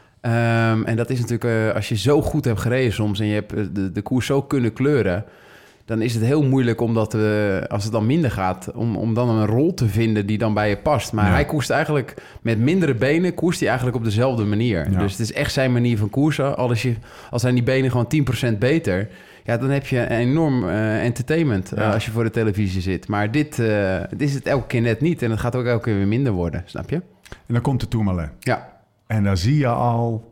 En dat is natuurlijk... als je zo goed hebt gereden soms... en je hebt de koers zo kunnen kleuren... dan is het heel moeilijk omdat als het dan minder gaat... om dan een rol te vinden die dan bij je past. Maar hij koerst eigenlijk met mindere benen... koerst hij eigenlijk op dezelfde manier. Ja. Dus het is echt zijn manier van koersen. Als zijn die benen gewoon 10% beter... ja, dan heb je een enorm entertainment als je voor de televisie zit. Maar dit is het elke keer net niet. En het gaat ook elke keer weer minder worden, snap je? En dan komt de Tourmalet. Ja. En daar zie je al...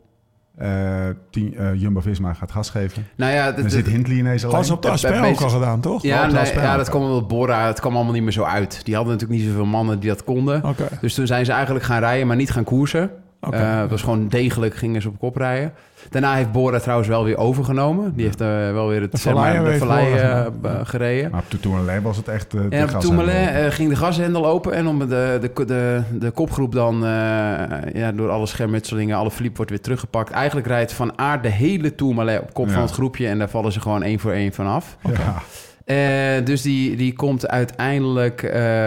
Jumbo-Visma gaat gas geven. Nou ja, dan zit Hindley ineens alleen. Gas op de Asper ook al gedaan, toch? Ja, dat kwam omdat Bora... Het kwam allemaal niet meer zo uit. Die hadden natuurlijk niet zoveel mannen die dat konden. Okay. Dus toen zijn ze eigenlijk gaan rijden, maar niet gaan koersen. Het was gewoon degelijk, gingen ze op kop rijden. Daarna heeft Bora trouwens wel weer overgenomen. Die heeft wel weer het Vallei gereden. Maar op de Tourmalet was het echt de gashendel. Op de Tourmalet ging de gashendel open. En om de kopgroep dan door alle schermutselingen... Alaphilippe wordt weer teruggepakt. Eigenlijk rijdt Van Aert de hele Tourmalet op kop van het groepje... en daar vallen ze gewoon 1 voor 1 vanaf. Okay. Dus die komt uiteindelijk...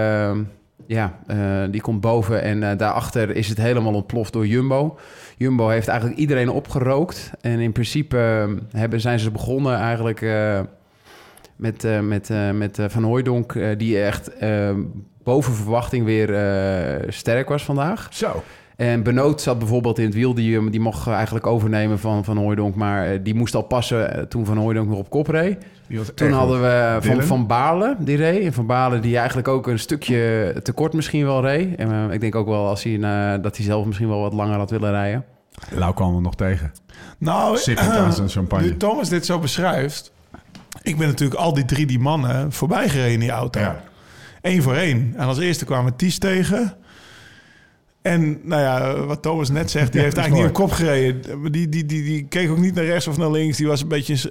die komt boven en daarachter is het helemaal ontploft door Jumbo. Jumbo heeft eigenlijk iedereen opgerookt. En in principe zijn ze begonnen eigenlijk met Van Hooijdonk... die echt boven verwachting weer sterk was vandaag. Zo. En Benoot zat bijvoorbeeld in het wiel. Die mocht eigenlijk overnemen van Hooijdonk. Maar die moest al passen toen Van Hooijdonk nog op kop reed. Toen hadden we Van Baarle, die reed. En Van Baarle die eigenlijk ook een stukje tekort misschien wel reed. En ik denk ook wel dat hij zelf misschien wel wat langer had willen rijden. Lau kwam er nog tegen. Nou, sippend aan zijn champagne. Nu Thomas dit zo beschrijft... Ik ben natuurlijk al die mannen voorbij gereden in die auto. Ja. 1 voor 1. En als eerste kwamen Ties tegen... En nou ja, wat Thomas net zegt, die heeft eigenlijk niet op kop gereden. Die keek ook niet naar rechts of naar links. Die was een beetje,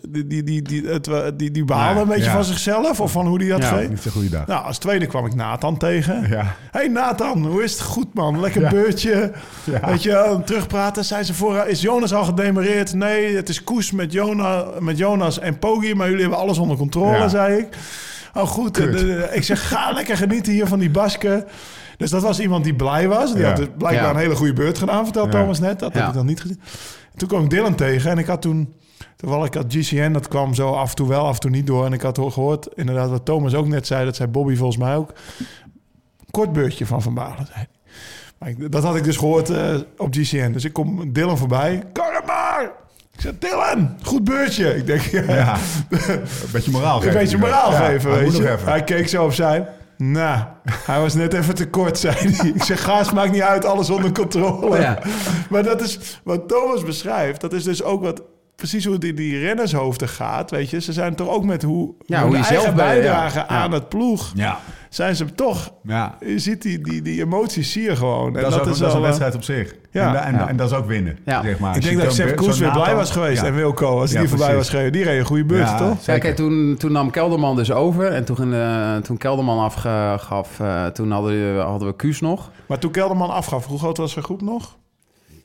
die behaalde een beetje van zichzelf of van hoe die dat reed. Niet een goede dag. Nou, als tweede kwam ik Nathan tegen. Ja. Hey Nathan, hoe is het? Goed man, lekker beurtje. Ja. Weet je, terugpraten. Zijn ze voor? Is Jonas al gedemereerd? Nee, het is koers met Jonas en Poggi, maar jullie hebben alles onder controle, zei ik. Oh goed, ik zeg ga lekker genieten hier van die Basken. Dus dat was iemand die blij was. Die had blijkbaar een hele goede beurt gedaan, vertelt Thomas net. Dat heb ik dan niet gezien. En toen kwam ik Dylan tegen en ik had terwijl ik had GCN, dat kwam zo af en toe wel, af en toe niet door. En ik had gehoord, inderdaad, wat Thomas ook net zei, dat zei Bobby volgens mij ook. Kort beurtje van Baarle, zei hij. Maar dat had ik dus gehoord op GCN. Dus ik kom Dylan voorbij. Kan het maar! Ik zeg, Dylan, goed beurtje. Ik denk, een beetje moraal geven. Een beetje moraal geven, weet je. Hij keek zo op zijn... Nou, hij was net even te kort, zei hij. Ik zeg, gaas maakt niet uit, alles onder controle. Ja. Maar dat is wat Thomas beschrijft. Dat is dus ook precies hoe die rennershoofden gaat, weet je. Ze zijn toch ook met hoe je zelf bijdragen aan het ploeg. Ja. Zijn ze toch... Ja. Je ziet die emoties, zie je gewoon. En dat is een wedstrijd op zich. Ja. En dat is ook winnen, zeg maar. Ik denk dat Sepp Koes weer blij was geweest. Ja. En Wilco, als die voorbij was geweest. Die reed een goede beurt, toch? Ja, kijk, toen nam Kelderman dus over. En toen Kelderman afgaf, toen hadden we Kuus nog. Maar toen Kelderman afgaf, hoe groot was zijn groep nog?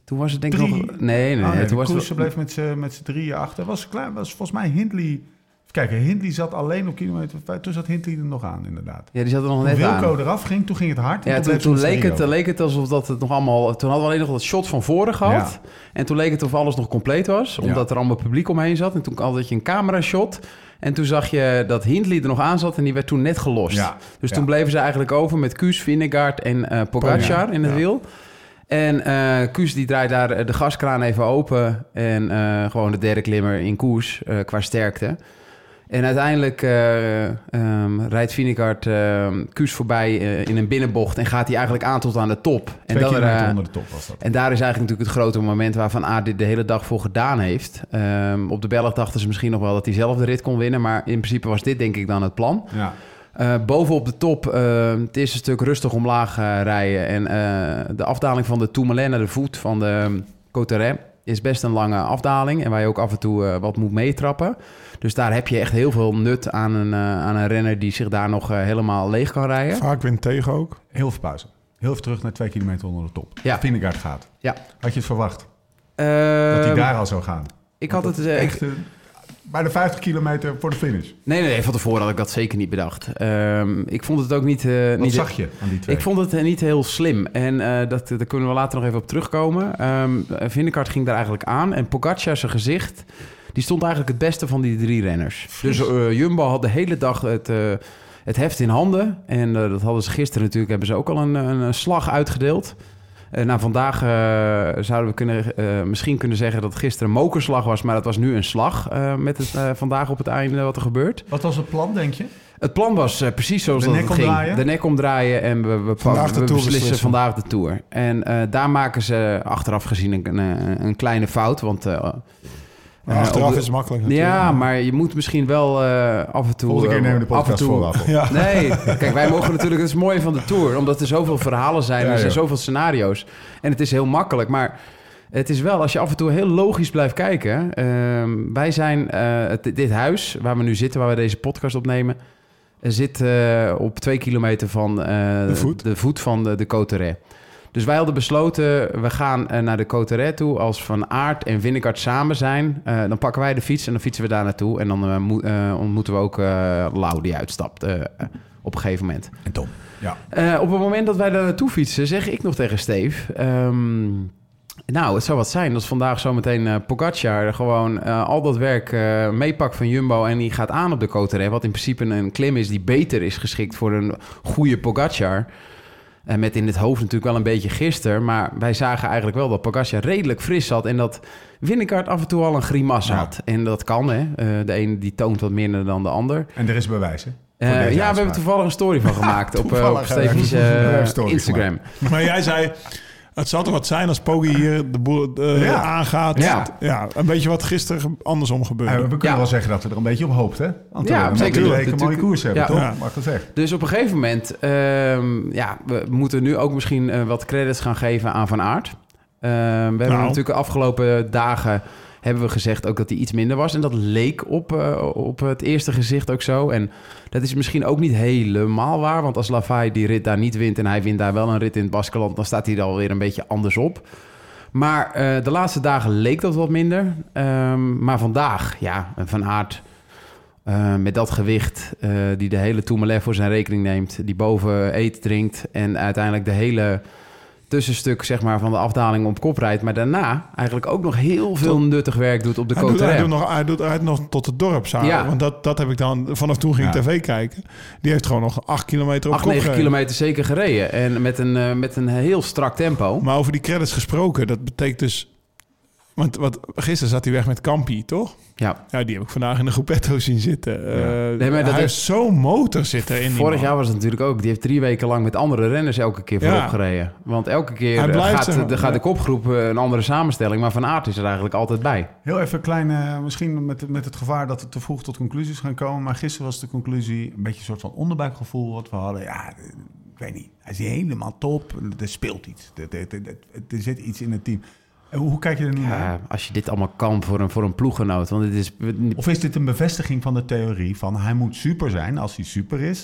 Toen was het denk ik nog... Nee. Toen was Koes bleef met z'n drieën achter. Was volgens mij Hindley... Kijk, Hindley zat alleen op kilometer 5. Toen zat Hindley er nog aan, inderdaad. Ja, die zat er nog net aan. Toen Wilco eraf ging, toen ging het hard. Ja, toen leek het alsof dat het nog allemaal... Toen hadden we alleen nog dat shot van voren gehad. Ja. En toen leek het of alles nog compleet was. Omdat er allemaal publiek omheen zat. En toen had je een camera shot. En toen zag je dat Hindley er nog aan zat. En die werd toen net gelost. Ja. Dus toen bleven ze eigenlijk over met Kuus, Vingegaard en Pogacar in het wiel. En Kuus die draait daar de gaskraan even open. En gewoon de derde klimmer in koers qua sterkte. En uiteindelijk rijdt Vingegaard Kuus voorbij in een binnenbocht... en gaat hij eigenlijk aan tot aan de top. 2 kilometer onder de top was dat. En daar is eigenlijk natuurlijk het grote moment... waar Van Aert dit de hele dag voor gedaan heeft. Op de Belg dachten ze misschien nog wel dat hij zelf de rit kon winnen... maar in principe was dit denk ik dan het plan. Ja. Bovenop de top het eerste stuk rustig omlaag rijden... en de afdaling van de Tourmalet naar de voet van de Cauterets... is best een lange afdaling en waar je ook af en toe wat moet meetrappen. Dus daar heb je echt heel veel nut aan een renner die zich daar nog helemaal leeg kan rijden. Vaak wint tegen ook. Heel veel pauze. Heel even terug naar 2 kilometer onder de top. Ja. Vingegaard gaat. Ja. Had je het verwacht? Dat hij daar al zou gaan? Ik had het... echt bij de 50 kilometer voor de finish? Nee, van tevoren had ik dat zeker niet bedacht. Ik vond het ook niet... Wat zag je aan die twee? Ik vond het niet heel slim. En daar kunnen we later nog even op terugkomen. Vingegaard ging daar eigenlijk aan. En Pogacar, zijn gezicht... die stond eigenlijk het beste van die 3 renners. Dus Jumbo had de hele dag het heft in handen. En dat hadden ze gisteren natuurlijk... hebben ze ook al een slag uitgedeeld. Vandaag zouden we misschien kunnen zeggen dat het gisteren een mokerslag was... maar dat was nu een slag met het vandaag op het einde wat er gebeurt. Wat was het plan, denk je? Het plan was precies zoals dat het ging. De nek omdraaien en we beslissen vandaag de Tour. En daar maken ze achteraf gezien een kleine fout, want... achteraf is het makkelijk natuurlijk. Ja, maar je moet misschien wel af en toe... Volgende keer nemen we de podcast vooraf. Ja. Nee, kijk, wij mogen natuurlijk... Het is mooi van de Tour, omdat er zoveel verhalen zijn... er zijn zoveel scenario's. En het is heel makkelijk, maar... Het is wel, als je af en toe heel logisch blijft kijken... wij zijn... dit huis, waar we nu zitten, waar we deze podcast opnemen... zit op 2 kilometer van de voet van de Cauterets. Dus wij hadden besloten, we gaan naar de Cauterets toe... als Van Aert en Vingegaard samen zijn. Dan pakken wij de fiets en dan fietsen we daar naartoe. En dan ontmoeten we ook Lau, die uitstapt op een gegeven moment. En Tom. Ja. Op het moment dat wij daar naartoe fietsen, zeg ik nog tegen Steve... het zou wat zijn dat vandaag zometeen Pogacar gewoon al dat werk meepakt van Jumbo... en die gaat aan op de Cauterets. Wat in principe een klim is die beter is geschikt voor een goede Pogacar... Met in het hoofd natuurlijk wel een beetje gister. Maar wij zagen eigenlijk wel dat Pogacar redelijk fris zat. En dat Vingegaard af en toe al een grimas had. En dat kan, hè. De ene die toont wat minder dan de ander. En er is bewijs, hè? We hebben toevallig een story van gemaakt op Stevens Instagram. Maar jij zei... Het zal toch wat zijn als Poggi hier de boel aangaat. Ja, een beetje wat gisteren andersom gebeurde. We kunnen wel zeggen dat we er een beetje op hoopten. Hè? Want zeker een mooie koers hebben, toch? Ja. Mag gezegd. Dus op een gegeven moment... we moeten nu ook misschien wat credits gaan geven aan Van Aert. We hebben natuurlijk de afgelopen dagen... hebben we gezegd ook dat hij iets minder was. En dat leek op het eerste gezicht ook zo. En dat is misschien ook niet helemaal waar. Want als Laffay die rit daar niet wint... en hij wint daar wel een rit in het Baskeland... dan staat hij er alweer een beetje anders op. Maar de laatste dagen leek dat wat minder. Maar vandaag, Van Aert... met dat gewicht, die de hele Tourmalet voor zijn rekening neemt... die boven eet, drinkt... en uiteindelijk de hele... tussenstuk zeg maar, van de afdaling op kop rijdt... maar daarna eigenlijk ook nog heel veel nuttig werk doet op de Cauterets. Hij doet nog tot het dorp samen. Ja. Want dat heb ik dan... Vanaf toen ging ik tv kijken. Die heeft gewoon nog 8 kilometer op kop gereden. 9 kilometer zeker gereden. En met een heel strak tempo. Maar over die credits gesproken, dat betekent dus... Want gisteren zat hij weg met Campi, toch? Ja. Ja, die heb ik vandaag in de Gruppetto zien zitten. Hij heeft zo'n motor zitten in. Vorig jaar was het natuurlijk ook. Die heeft 3 weken lang met andere renners elke keer voorop gereden. Want elke keer gaat de kopgroep een andere samenstelling. Maar Van Aert is er eigenlijk altijd bij. Heel even klein, misschien met het gevaar dat we te vroeg tot conclusies gaan komen. Maar gisteren was de conclusie een beetje een soort van onderbuikgevoel wat we hadden. Ja, ik weet niet. Hij is helemaal top. Er speelt iets. Er zit iets in het team. Hoe kijk je er nu naar? Als je dit allemaal kan voor een ploeggenoot. Want het is... Of is dit een bevestiging van de theorie van hij moet super zijn als hij super is...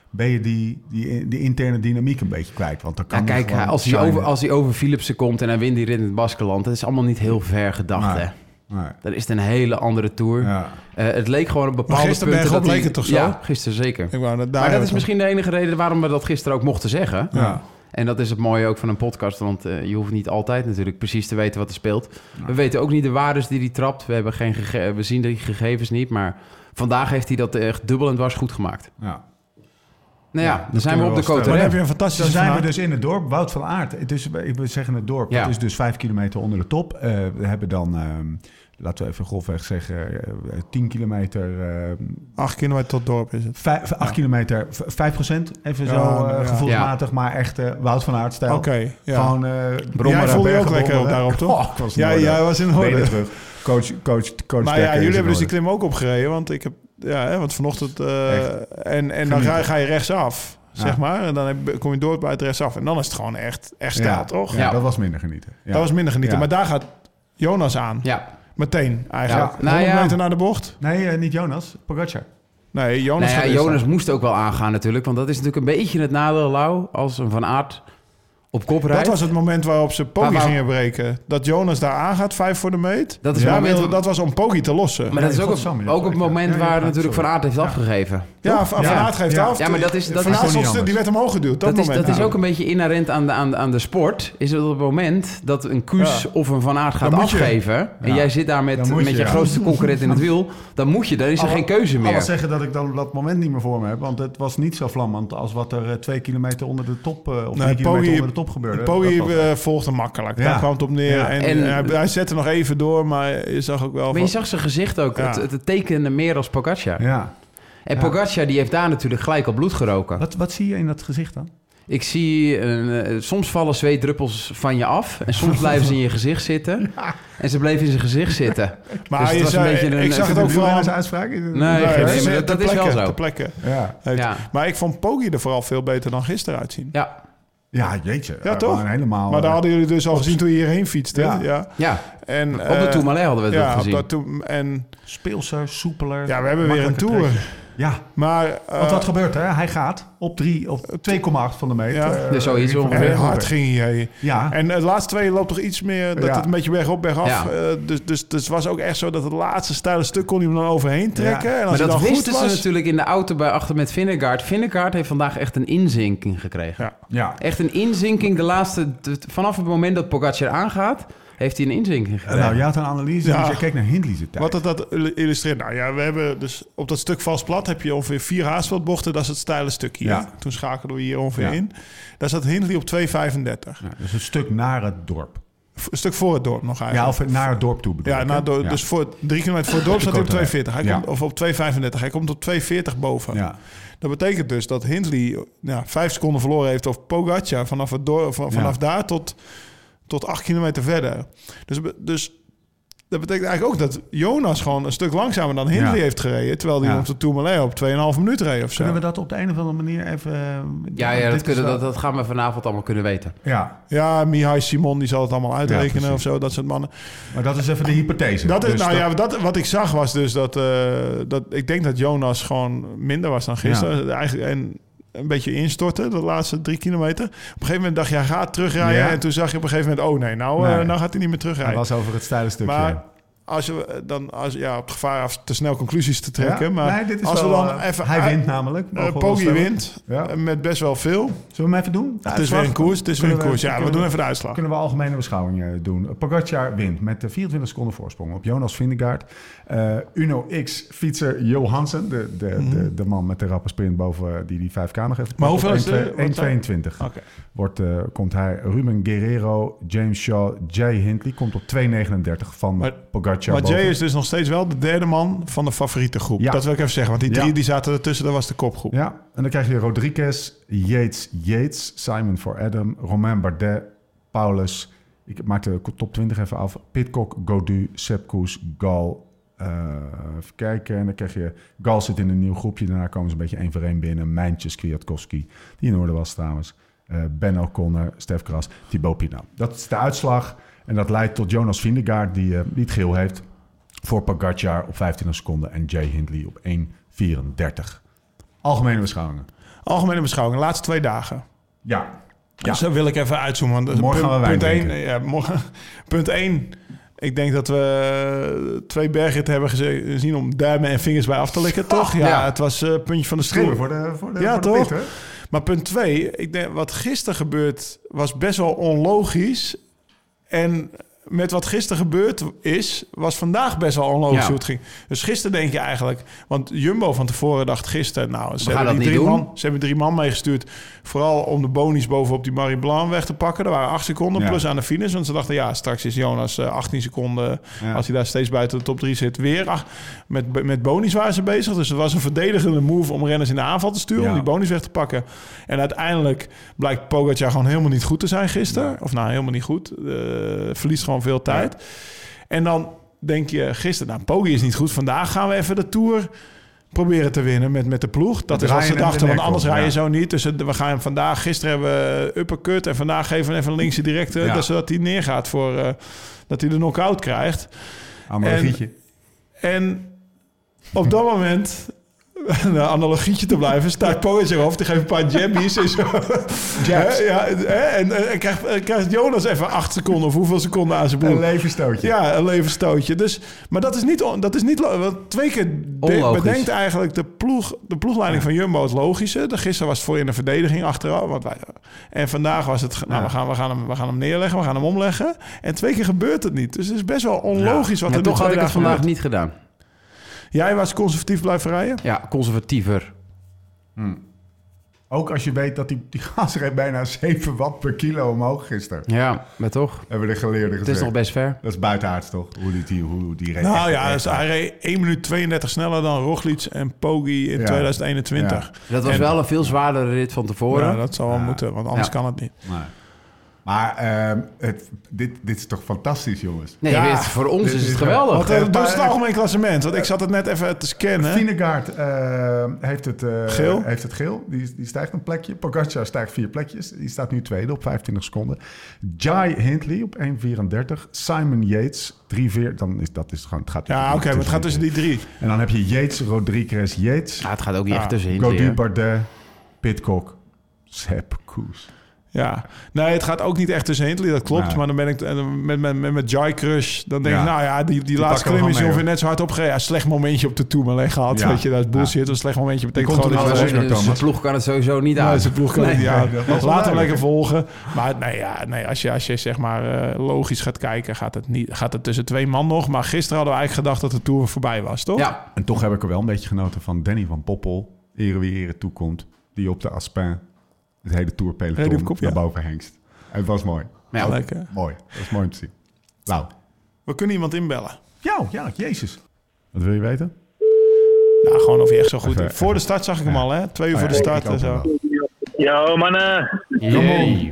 ben je die interne dynamiek een beetje kwijt. Want dan kan kijk, als hij over Philipsen komt en hij wint die rit in het Baskeland, dat is allemaal niet heel ver gedacht, hè? Nee. Dan is het een hele andere Tour. Ja. Het leek gewoon op bepaalde punten... Gisteren leek het toch zo? Ja, gisteren zeker. Maar dat is misschien de enige reden waarom we dat gisteren ook mochten zeggen. Ja. En dat is het mooie ook van een podcast, want je hoeft niet altijd natuurlijk precies te weten wat er speelt. Ja. We weten ook niet de waardes die hij trapt. We zien die gegevens niet, maar vandaag heeft hij dat echt dubbel en dwars goed gemaakt. Ja. Nou ja, dan zijn we op de Côte. Dan heb je een fantastische Dan zijn we dus in het dorp, Wout van Aert. Dus we zeggen het dorp, dat is dus 5 kilometer onder de top. We hebben dan, laten we even grofweg zeggen, 10 kilometer... 8 kilometer tot dorp is het. 8 kilometer, 5%, even zo gevoelsmatig, maar echt Wout van Aert-stijl. Oké, Gewoon jij voelde je ook lekker daarop, toch? Jij was in orde. Terug. Coach maar ja, jullie hebben dus die klim ook opgereden, want ik heb... Ja, want vanochtend... en dan ga je rechtsaf, zeg maar. En dan kom je door bij het rechtsaf. En dan is het gewoon echt stijl, toch? Ja, dat was minder genieten. Ja. Dat was minder genieten. Ja. Maar daar gaat Jonas aan. Ja. Meteen, eigenlijk. Ja. 100 meter naar de bocht. Nee, niet Jonas. Pogacar. Nee, Jonas. Jonas moest ook wel aangaan natuurlijk. Want dat is natuurlijk een beetje het nadeel, Lau, als een Van Aert... op kop rijdt. Dat was het moment waarop ze Poggi gingen breken. Dat Jonas daar aangaat, 5 voor de meet. Dat was om Poggi te lossen. Maar dat is ook het moment waar natuurlijk Van Aert heeft afgegeven. Ja, Van Aert geeft af. Ja, maar dat is die werd omhoog geduwd. Dat is ook een beetje inherent aan de sport. Is het op het moment dat een Kuus of een Van Aert gaat afgeven... en jij zit daar met je grootste concurrent in het wiel... dan is er geen keuze meer. Ik wil zeggen dat ik dan dat moment niet meer voor me heb... want het was niet zo vlammend als wat er 2 kilometer onder de top... of 3 kilometer onder de top gebeurde. Poggi volgde makkelijk. Daar kwam het op neer. Ja. En hij zette nog even door, maar je zag ook wel... Maar je zag zijn gezicht ook. Ja. Het tekende meer als Pogacar. Ja. En Pogacar die heeft daar natuurlijk gelijk al bloed geroken. Wat zie je in dat gezicht dan? Ik zie... soms vallen zweetdruppels van je af. En soms blijven ze in je gezicht zitten. Ja. En ze bleven in zijn gezicht zitten. Maar dus ik zag het ook vooral als uitspraak. Nee, dat is wel zo. Ter plekke. Ja. Maar ik vond Poggi er vooral veel beter dan gisteren uitzien. Ja. Ja, jeetje. Ja, toch? Helemaal, maar daar hadden jullie dus al gezien toen je hierheen fietste. Ja. En, op de Tourmalet hadden we het gezien. En speelser, soepeler. Ja, we hebben weer een Tour. Ja, maar... want wat gebeurt er? Hij gaat op 2,8 van de meter. Ja. Dus zoiets ongeveer. Hard ging hij. Ja. En de laatste 2 loopt toch iets meer... dat het een beetje bergaf. Ja. Dus het was ook echt zo dat het laatste steile stuk kon hij hem dan overheen trekken. Ja. En als maar dat dan wisten ze natuurlijk in de auto achter met Vingegaard. Vingegaard heeft vandaag echt een inzinking gekregen. Ja. Echt een inzinking. Vanaf het moment dat Pogacar aangaat... heeft hij een inzinking gekregen. Nou, je had een analyse, dus je keek naar Hindley's tijd. Wat dat illustreert? Nou ja, we hebben dus op dat stuk vals plat heb je ongeveer 4 haasveldbochten. Dat is het steile stukje. Ja. Toen schakelden we hier ongeveer in. Daar zat Hindley op 2,35. Ja, dus een stuk naar het dorp. Een stuk voor het dorp nog eigenlijk. Ja, of naar het dorp toe bedoel ik. Ja, dus voor 3 kilometer voor het dorp staat hij op 2,40. Hij komt, of op 2,35. Hij komt op 2,40 boven. Ja. Dat betekent dus dat Hindley 5 seconden verloren heeft of Pogacar vanaf daar tot 8 kilometer verder. Dus dat betekent eigenlijk ook dat Jonas gewoon een stuk langzamer dan Hindley heeft gereden. Terwijl hij op de Tourmalet op 2,5 minuten reed of zo. Kunnen we dat op de een of andere manier even... dat gaan we vanavond allemaal kunnen weten. Ja, Mihai Simon die zal het allemaal uitrekenen of zo. Dat soort mannen. Maar dat is even de hypothese. Wat ik zag was dus dat ik denk dat Jonas gewoon minder was dan gisteren. Ja. Eigenlijk, en een beetje instorten, de laatste 3 kilometer. Op een gegeven moment dacht je, hij gaat terugrijden. Ja. En toen zag je op een gegeven moment, nou gaat hij niet meer terugrijden. Dat was over het steile stukje. Maar op het gevaar af te snel conclusies te trekken. Ja? Maar dit is als wel, we dan even... Hij wint namelijk. Poggi wint met best wel veel. Zullen we hem even doen? Het is weer een koers. Ja, we doen even de uitslag. Kunnen we algemene beschouwing doen. Pogacar wint met 24 seconden voorsprong op Jonas Vingegaard. Uno X-fietser Johansen, de man met de rappe sprint boven die 5K nog heeft. Maar hoeveel is 1,22. Okay. Komt hij Ruben Guerrero, James Shaw, Jay Hindley. Komt op 2,39 van Pogacar. Maar Jay is dus nog steeds wel de derde man van de favoriete groep. Ja. Dat wil ik even zeggen, want die 3 die zaten ertussen, dat was de kopgroep. Ja, en dan krijg je Rodriguez, Yates, Simon for Adam, Romain Bardet, Paulus. Ik maak de top 20 even af. Pidcock, Gaudu, Sepp Kuss, Gal. Even kijken. En dan krijg je... Gal zit in een nieuw groepje. Daarna komen ze een beetje 1 voor 1 binnen. Mijntjes, Kwiatkowski, die in orde was trouwens. Ben O'Connor, Stef Kras, Thibaut Pinot. Dat is de uitslag. En dat leidt tot Jonas Vingegaard, die het geel heeft. Voor Pogacar op 25 seconden. En Jay Hindley op 1,34. Algemene beschouwingen. Algemene beschouwing, de laatste 2 dagen. Ja. Dus daar wil ik even uitzoomen. Want morgen gaan we punt 1. Punt 1. Ik denk dat we 2 bergritten hebben gezien om duimen en vingers bij af te likken, toch? Ja, het was puntje van de stoel. Voor de toch? Pit, maar punt 2, ik denk wat gisteren gebeurd was best wel onlogisch. En met wat gisteren gebeurd is, was vandaag best wel onlogisch hoe het ging. Dus gisteren denk je eigenlijk... Want Jumbo van tevoren dacht gisteren... ze hebben 3 man meegestuurd. Vooral om de bonies bovenop die Marie Blanc weg te pakken. Er waren 8 seconden plus aan de finish. Want ze dachten, straks is Jonas 18 seconden... als hij daar steeds buiten de top 3 zit, weer. Met bonies waren ze bezig. Dus het was een verdedigende move om renners in de aanval te sturen... om die bonies weg te pakken. En uiteindelijk blijkt Pogacar gewoon helemaal niet goed te zijn gisteren. Of helemaal niet goed. Verliest gewoon veel tijd. Ja. En dan denk je gisteren, Poggi is niet goed. Vandaag gaan we even de Tour proberen te winnen met de ploeg. Dat is wat ze dachten, want anders rij je zo niet. Dus we gaan vandaag, gisteren hebben we uppercut... en vandaag geven we even een linkse directe... zodat hij neergaat voor dat hij de knock-out krijgt. En op dat moment... een analogietje te blijven, staat Pogacar af. Die geeft een paar jabbies. En krijgt Jonas even 8 seconden... of hoeveel seconden aan zijn broer. Een levensstootje. Ja, een levensstootje. Dus, maar dat is niet 2 keer bedenkt eigenlijk de ploegleiding van Jumbo het logische. Gisteren was het voor in de verdediging achteraf. En vandaag was het... we gaan hem neerleggen, we gaan hem omleggen. En 2 keer gebeurt het niet. Dus het is best wel onlogisch wat er toch had ik het vandaag niet gedaan. Jij was conservatief blijven rijden? Ja, conservatiever. Ook als je weet dat die gas reed bijna 7 watt per kilo omhoog gisteren. Ja, maar toch. Hebben de geleerden gezegd. Het is nog best ver. Dat is buitenaards toch? Hoe die reed. Dus hij reed 1 minuut 32 sneller dan Roglic en Poggi in 2021. Ja. Dat was wel een veel zwaardere rit van tevoren. Ja, dat zou wel moeten, want anders kan het niet. Nee. Maar dit is toch fantastisch, jongens? Nee, voor ons is het geweldig. Dat is het algemeen klassement. Want ik zat het net even te scannen. Vingegaard heeft het geel. Die stijgt een plekje. Pogacar stijgt 4 plekjes. Die staat nu tweede op 25 seconden. Jai Hindley op 1,34. Simon Yates 3,4. Dat is gewoon... Het gaat maar het gaat tussen die 3. En dan heb je Yates, Rodriguez, Yates. Het gaat ook niet echt tussen Hindley. Gaudu, Bardet, Pidcock, Sepp Kuss. Ja, nee, het gaat ook niet echt tussen Hindley, dat klopt. Nee. Maar dan ben ik met Jai Crush, dan denk ik, die laatste klim is ongeveer net zo hard opgereden. Ja, slecht momentje op de Tourmalet gehad, weet je, dat is bullshit. Een slecht momentje betekent gewoon dat zijn ploeg kan het sowieso niet aan. Zijn ploeg kan het niet aan. Laten we lekker volgen. Maar als je zeg maar logisch gaat kijken, gaat het tussen 2 man nog. Maar gisteren hadden we eigenlijk gedacht dat de Tour voorbij was, toch? Ja, en toch heb ik er wel een beetje genoten van Danny van Poppel, ere wie ere toekomt, die op de Aspin het hele tourpeloton naar boven hengst. Het was mooi. Ja, lekker. Mooi. Dat is mooi om te zien. Nou. We kunnen iemand inbellen. Ja, jezus. Wat wil je weten? Nou, gewoon of je echt zo goed... Even, voor de start zag ik hem al, hè? 2 uur voor de start en zo. Yo, mannen. Hey.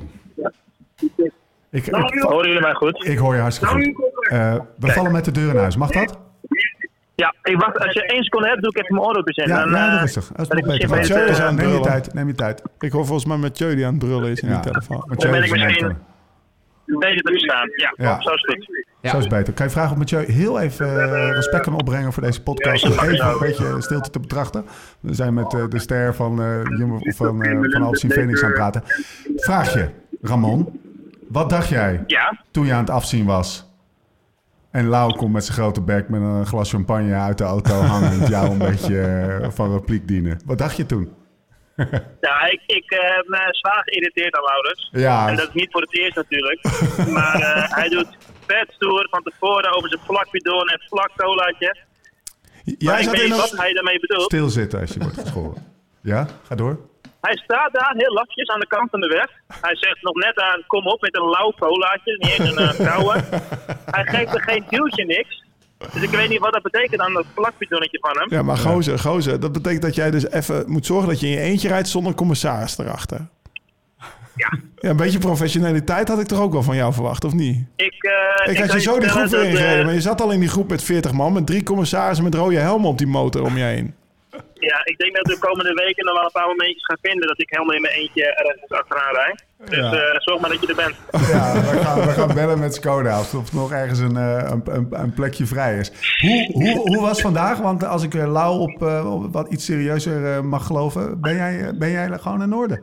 Horen jullie mij goed? Ik hoor je hartstikke goed. We vallen met de deur in huis. Mag dat? Ja, ik wacht. Als je 1 seconde hebt, doe ik even mijn oordopjes in. Ja, rustig. Dat is nog beter. Mathieu is aan het neem je tijd. Ik hoor volgens mij Mathieu die aan het brullen is in die telefoon. Dan ben ik misschien een beetje te verstaan. Ja, zo is goed. Ja. Zo is beter. Kan je vragen of Mathieu heel even respect kan opbrengen voor deze podcast? Even een beetje stilte te betrachten. We zijn met de ster van Alpecin Phoenix aan het praten. Vraag je, Ramon. Wat dacht jij toen je aan het afzien was? En Lau komt met zijn grote bek met een glas champagne uit de auto hangend jou een beetje van repliek dienen. Wat dacht je toen? Ja, ik heb me zwaar geïrriteerd aan Laurens. Ja. En dat is niet voor het eerst natuurlijk. Maar hij doet vet stoer van tevoren over zijn vlak bidon en vlak colaatje. Jij ik weet wat hij daarmee bedoelt. Stilzitten als je wordt geschoren. Ja, ga door. Hij staat daar heel lafjes aan de kant van de weg. Hij zegt nog net aan, kom op met een lauw colaatje, niet eens een koude. Hij geeft er geen duwtje niks. Dus ik weet niet wat dat betekent aan dat plakbidonnetje van hem. Ja, maar gozer, dat betekent dat jij dus even moet zorgen dat je in je eentje rijdt zonder commissaris erachter. Ja, een beetje professionaliteit had ik toch ook wel van jou verwacht, of niet? Ik had je zo die groep weer ingereden, maar je zat al in die groep met 40 man, met 3 commissarissen met rode helmen op die motor om je heen. Ja, ik denk dat de komende weken nog wel een paar momentjes ga vinden dat ik helemaal in mijn eentje ergens achteraan rijd. Dus zorg maar dat je er bent. Ja, we gaan bellen met Skoda of er nog ergens een plekje vrij is. Hoe was vandaag? Want als ik Lau op wat iets serieuzer mag geloven, ben jij gewoon in orde?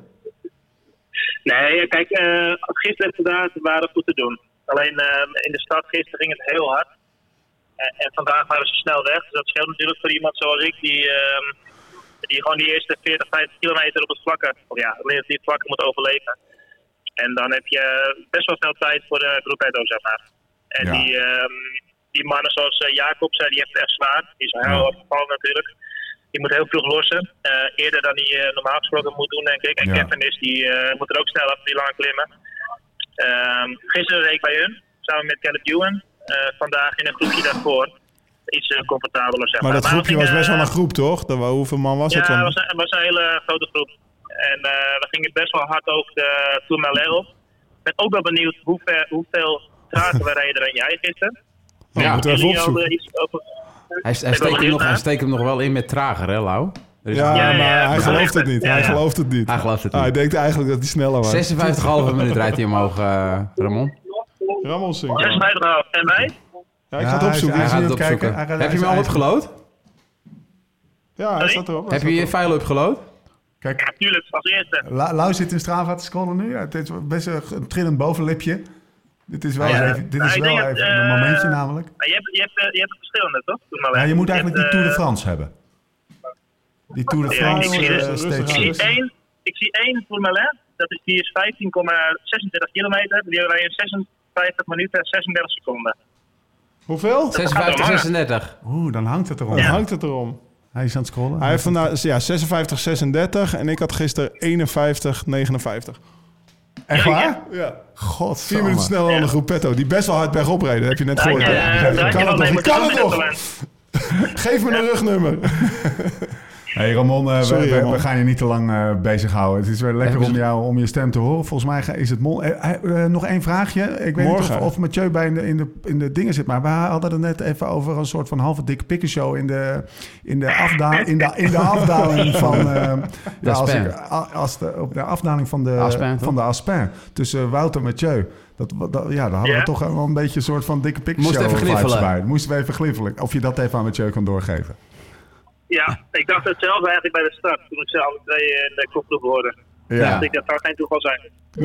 Nee, kijk, gisteren en vandaag waren goed te doen. Alleen in de stad gisteren ging het heel hard. En vandaag waren ze snel weg. Dus dat scheelt natuurlijk voor iemand zoals ik die gewoon die eerste 40, 50 kilometer op het vlakke, of ja, relatief vlakke moet overleven. En dan heb je best wel veel tijd voor de gruppetto, zeg maar. En die mannen zoals Jacobs, die heeft het echt zwaar. Die is heel afgevallen natuurlijk. Die moet heel vroeg lossen. Eerder dan hij normaal gesproken moet doen, denk ik. En Kevin die moet er ook snel af, die lange klimmen. Gisteren reed ik bij hun, samen met Caleb Ewan. Vandaag in een groepje daarvoor. Iets comfortabeler, zeg maar. Maar dat groepje was best wel een groep, toch? Hoeveel man was het dan? Ja, het was een hele grote groep. En we gingen best wel hard over de Tourmalet op. Ik ben ook wel benieuwd hoeveel trager we reden dan jij gisteren. Ja, moeten we even opzoeken. Hij steekt hem nog wel in met trager, hè, Lau? Maar hij gelooft het niet. Hij gelooft het niet. Hij denkt eigenlijk dat hij sneller was. 56,5 minuut rijdt hij omhoog, Ramon. Ramon zingt. 56,5. En wij? Ja, ik ga het opzoeken. Hij gaat het opzoeken. Heb je hem al opgeload? Ja, hij staat erop. Heb je je file opgeload? Kijk, Ja, tuurlijk, als eerste. Lau zit in Strava te scrollen nu. Ja, het is best een trillend bovenlipje. Dit is wel even een momentje namelijk. Je hebt het verschillende, toch? Ja, je moet eigenlijk die Tour de France hebben. Die Tour de France Ik zie één Tourmalet. Die is 15,26 kilometer. Die hebben wij in 56 minuten en 36 seconden. Hoeveel? 56,36. Dan hangt het erom. Dan hangt het erom. Hij is aan het scrollen. Hij heeft vandaag 56,36 en ik had gisteren 51,59. Echt waar? Ja. God. 4 minuten sneller dan de gruppetto. Die best wel hard bergop reden. Dat heb je net gehoord. Ik kan het nog. Geef me een rugnummer. Hey Ramon, we gaan je niet te lang bezighouden. Het is wel lekker om je stem te horen. Volgens mij is het nog één vraagje. Ik weet niet of Mathieu bij in de dingen zit, maar we hadden het net even over een soort van halve dikke pikkenshow in de afdaling van op de afdaling van de Aspin tussen Wout en Mathieu. Daar hadden we toch wel een beetje een soort van dikke pikkenshow vibes bij. Moesten we even gliffelen. Of je dat even aan Mathieu kan doorgeven. Ja, ik dacht het zelf eigenlijk bij de start, toen ik ze alle twee in de kopgroep hoorde. Ja. Dat zou geen toeval zijn.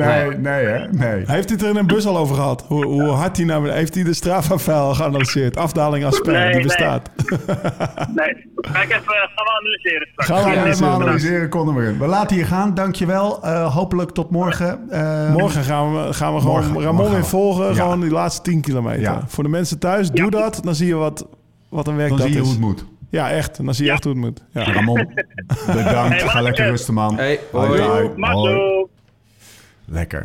Nee. Heeft hij het er in een bus al over gehad? Hoe hard hij nou... Heeft hij de Strava-file geanalyseerd? Afdaling Aspin, die bestaat. Nee, gaan we analyseren straks. Gaan we analyseren, kon er maar in. We laten je gaan, dankjewel. Hopelijk tot morgen. Morgen gaan we gewoon Ramon in volgen. Gewoon die laatste 10 kilometer. Ja. Voor de mensen thuis, doe dat. Dan zie je wat een werk dat is. Dan zie je hoe het moet. Ja, echt. En dan zie je echt hoe het moet. Ja. Ramon, bedankt. Ga lekker rusten, man. Hey, hoi. Lekker.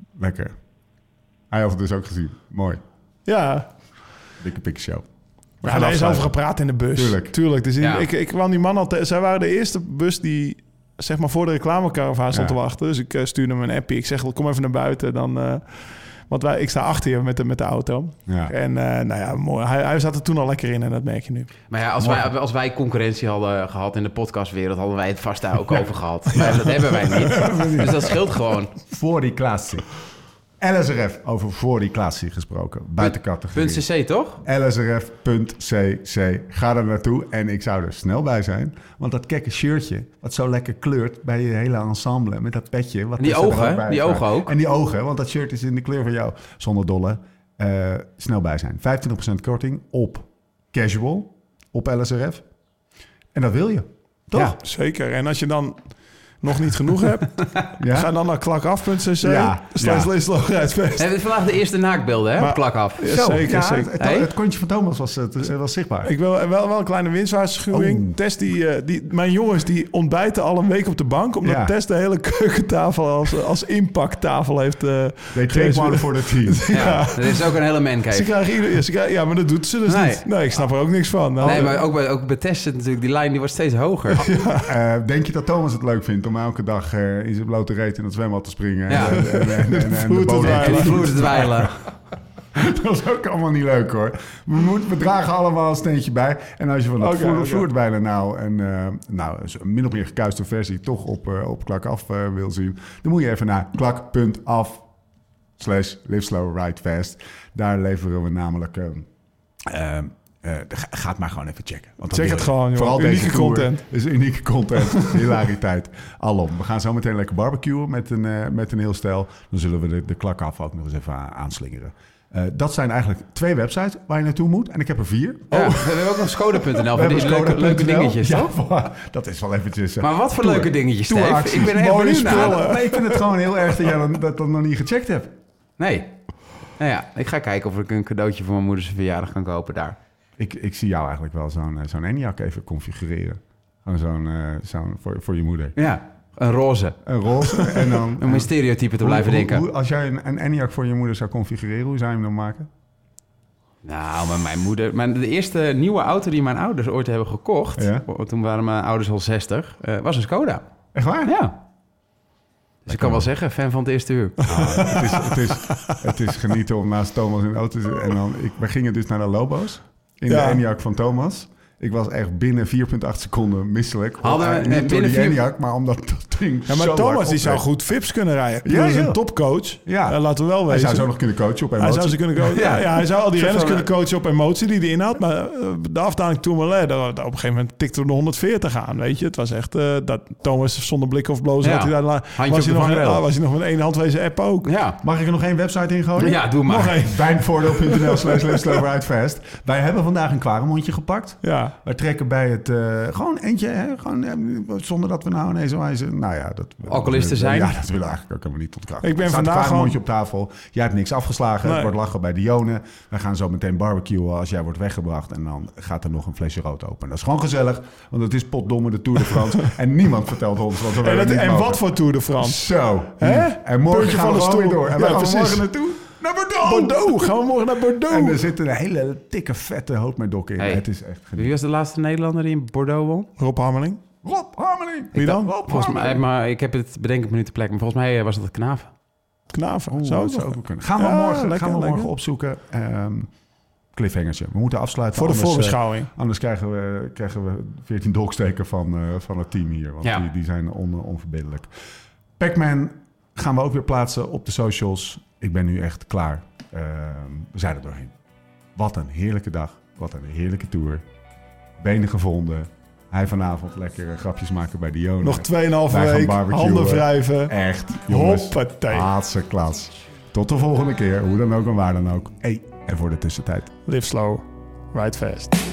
Hij had het dus ook gezien. Mooi. Ja. Dikke pikshow. We gaan er eens over gepraat in de bus. Tuurlijk. Dus ik kwam die man al... Zij waren de eerste bus die zeg maar voor de reclamekaravaan stond te wachten. Dus ik stuurde hem een appie. Ik zeg, kom even naar buiten. Dan... Want ik sta achter je met de auto. Ja. En mooi. Hij zat er toen al lekker in en dat merk je nu. Maar ja, als wij concurrentie hadden gehad in de podcastwereld, hadden wij het vast daar ook over gehad. Maar dat hebben wij niet. Dus dat scheelt gewoon. Voor die klassie. LSRF, over voor die klassie gesproken. Buiten categorie. .cc, toch? LSRF.cc. Ga er naartoe en ik zou er snel bij zijn. Want dat kekke shirtje, wat zo lekker kleurt bij je hele ensemble. Met dat petje. Wat die ogen ook. En die ogen, want dat shirt is in de kleur van jou. Zonder dolle. Snel bij zijn. 25% korting op casual. Op LSRF. En dat wil je. Toch? Ja, zeker. En als je dan nog niet genoeg hebt, ga dan naar klakaf.cc. Lees logorijdsfeest. Hebben we vandaag de eerste naakbeelden, hè? Op klakaf. Zeker. Het kontje van Thomas was zichtbaar. Ik wil wel een kleine winstwaarschuwing. Tess mijn jongens die ontbijten al een week op de bank, omdat Tess de hele keukentafel als impacttafel heeft. They take one for the team. Ja, dat is ook een hele mancave. Maar dat doet ze dus niet. Nee, ik snap er ook niks van. Nee, maar ook bij Tess zit natuurlijk, die lijn die wordt steeds hoger. Denk je dat Thomas het leuk vindt om elke dag in zijn blote reet in het zwembad te springen? Ja. En de vloer te dweilen. Dat is ook allemaal niet leuk, hoor. We dragen allemaal een steentje bij. En als je van dat vloertbijlen nou een min of meer gekuiste versie toch op Klak Af wil zien, dan moet je even naar klak.af/liveslowridefast. Daar leveren we namelijk... ga het maar gewoon even checken. Want check het gewoon, joh. Vooral unieke content. Is unieke content, hilariteit, alom. We gaan zo meteen lekker barbecuen met een heel stel. Dan zullen we de Klak Af ook nog eens even aanslingeren. Dat zijn eigenlijk 2 websites waar je naartoe moet. En ik heb er 4. Ja, we hebben ook nog Skoda.nl voor die leuke dingetjes, toch? Ja, dat is wel eventjes... maar wat voor leuke dingetjes, Steve? Ik ben heel benieuwd naar. Nee, ik vind het gewoon heel erg dat jij dat nog niet gecheckt hebt. Nee. Nou ja, ik ga kijken of ik een cadeautje voor mijn moeders verjaardag kan kopen daar. Ik zie jou eigenlijk wel zo'n ENIAC even configureren. Gewoon zo'n voor je moeder. Ja, een roze. Een roze en dan... Om in stereotypen te blijven denken. Als jij een ENIAC voor je moeder zou configureren, hoe zou je hem dan maken? Nou, maar mijn moeder... de eerste nieuwe auto die mijn ouders ooit hebben gekocht... Toen waren mijn ouders al 60, was een Skoda. Echt waar? Ja. Dus ik kan wel zeggen, fan van het eerste uur. Het is genieten om naast Thomas in de auto te zitten. En dan, we gingen dus naar de Lobo's in de ENIAC van Thomas. Ik was echt binnen 4,8 seconden misselijk. Niet door die ENIAC, maar omdat dat ding maar Thomas die zou goed Vips kunnen rijden. Hij is een topcoach. Ja. Laten we wel weten. Hij zou zo nog kunnen coachen op emotie. Hij zou al die renners kunnen coachen op emotie die hij inhoudt. Maar de afdaling Tourmalet, op een gegeven moment tikte we de 140 aan. Weet je, het was echt dat Thomas zonder blik of blozen. Was hij nog met 1 handwezen app ook. Ja. Mag ik er nog 1 website in gooien? Ja, doe maar. Nog 1. Wijnvoordeel.nl/liveslowridefast. Wij hebben vandaag een kwaremondje gepakt. Ja. Wij trekken bij het... gewoon eentje, hè? Zonder dat we nou ineens... alcoholisten zijn. Ja, dat willen we eigenlijk ook helemaal niet ontkrachten. Ik ben vandaag gewoon... op tafel. Jij hebt niks afgeslagen. Nee. Het wordt lachen bij Dionne. We gaan zo meteen barbecuen als jij wordt weggebracht. En dan gaat er nog een flesje rood open. Dat is gewoon gezellig. Want het is potdomme de Tour de France. En niemand vertelt ons wat we en wat voor Tour de France. Zo. En morgen gaan we gewoon weer door. En waar gaan we morgen naartoe? Naar Bordeaux! Gaan we morgen naar Bordeaux? En er zit een hele dikke, vette hoofdmedok in. Hey. Het is echt geniet. Wie was de laatste Nederlander die in Bordeaux won? Rob Harmeling. Wie dan? Volgens mij, maar ik heb het bedenk me nu te plek. Maar volgens mij was dat Knaven. Zou het ook kunnen. Gaan we morgen opzoeken. Cliffhangertje. We moeten afsluiten. Voor de voorbeschouwing. Anders krijgen we 14 dolksteken van het team hier. Want die zijn onverbiddelijk. Pac-Man gaan we ook weer plaatsen op de socials. Ik ben nu echt klaar. We zijn er doorheen. Wat een heerlijke dag. Wat een heerlijke tour. Benen gevonden. Hij vanavond lekker grapjes maken bij Dionne. Nog 2,5 week. Handen wrijven. Echt. Jongens. Hoppatee. Laatste klas. Tot de volgende keer. Hoe dan ook en waar dan ook. En voor de tussentijd. Live slow. Ride fast.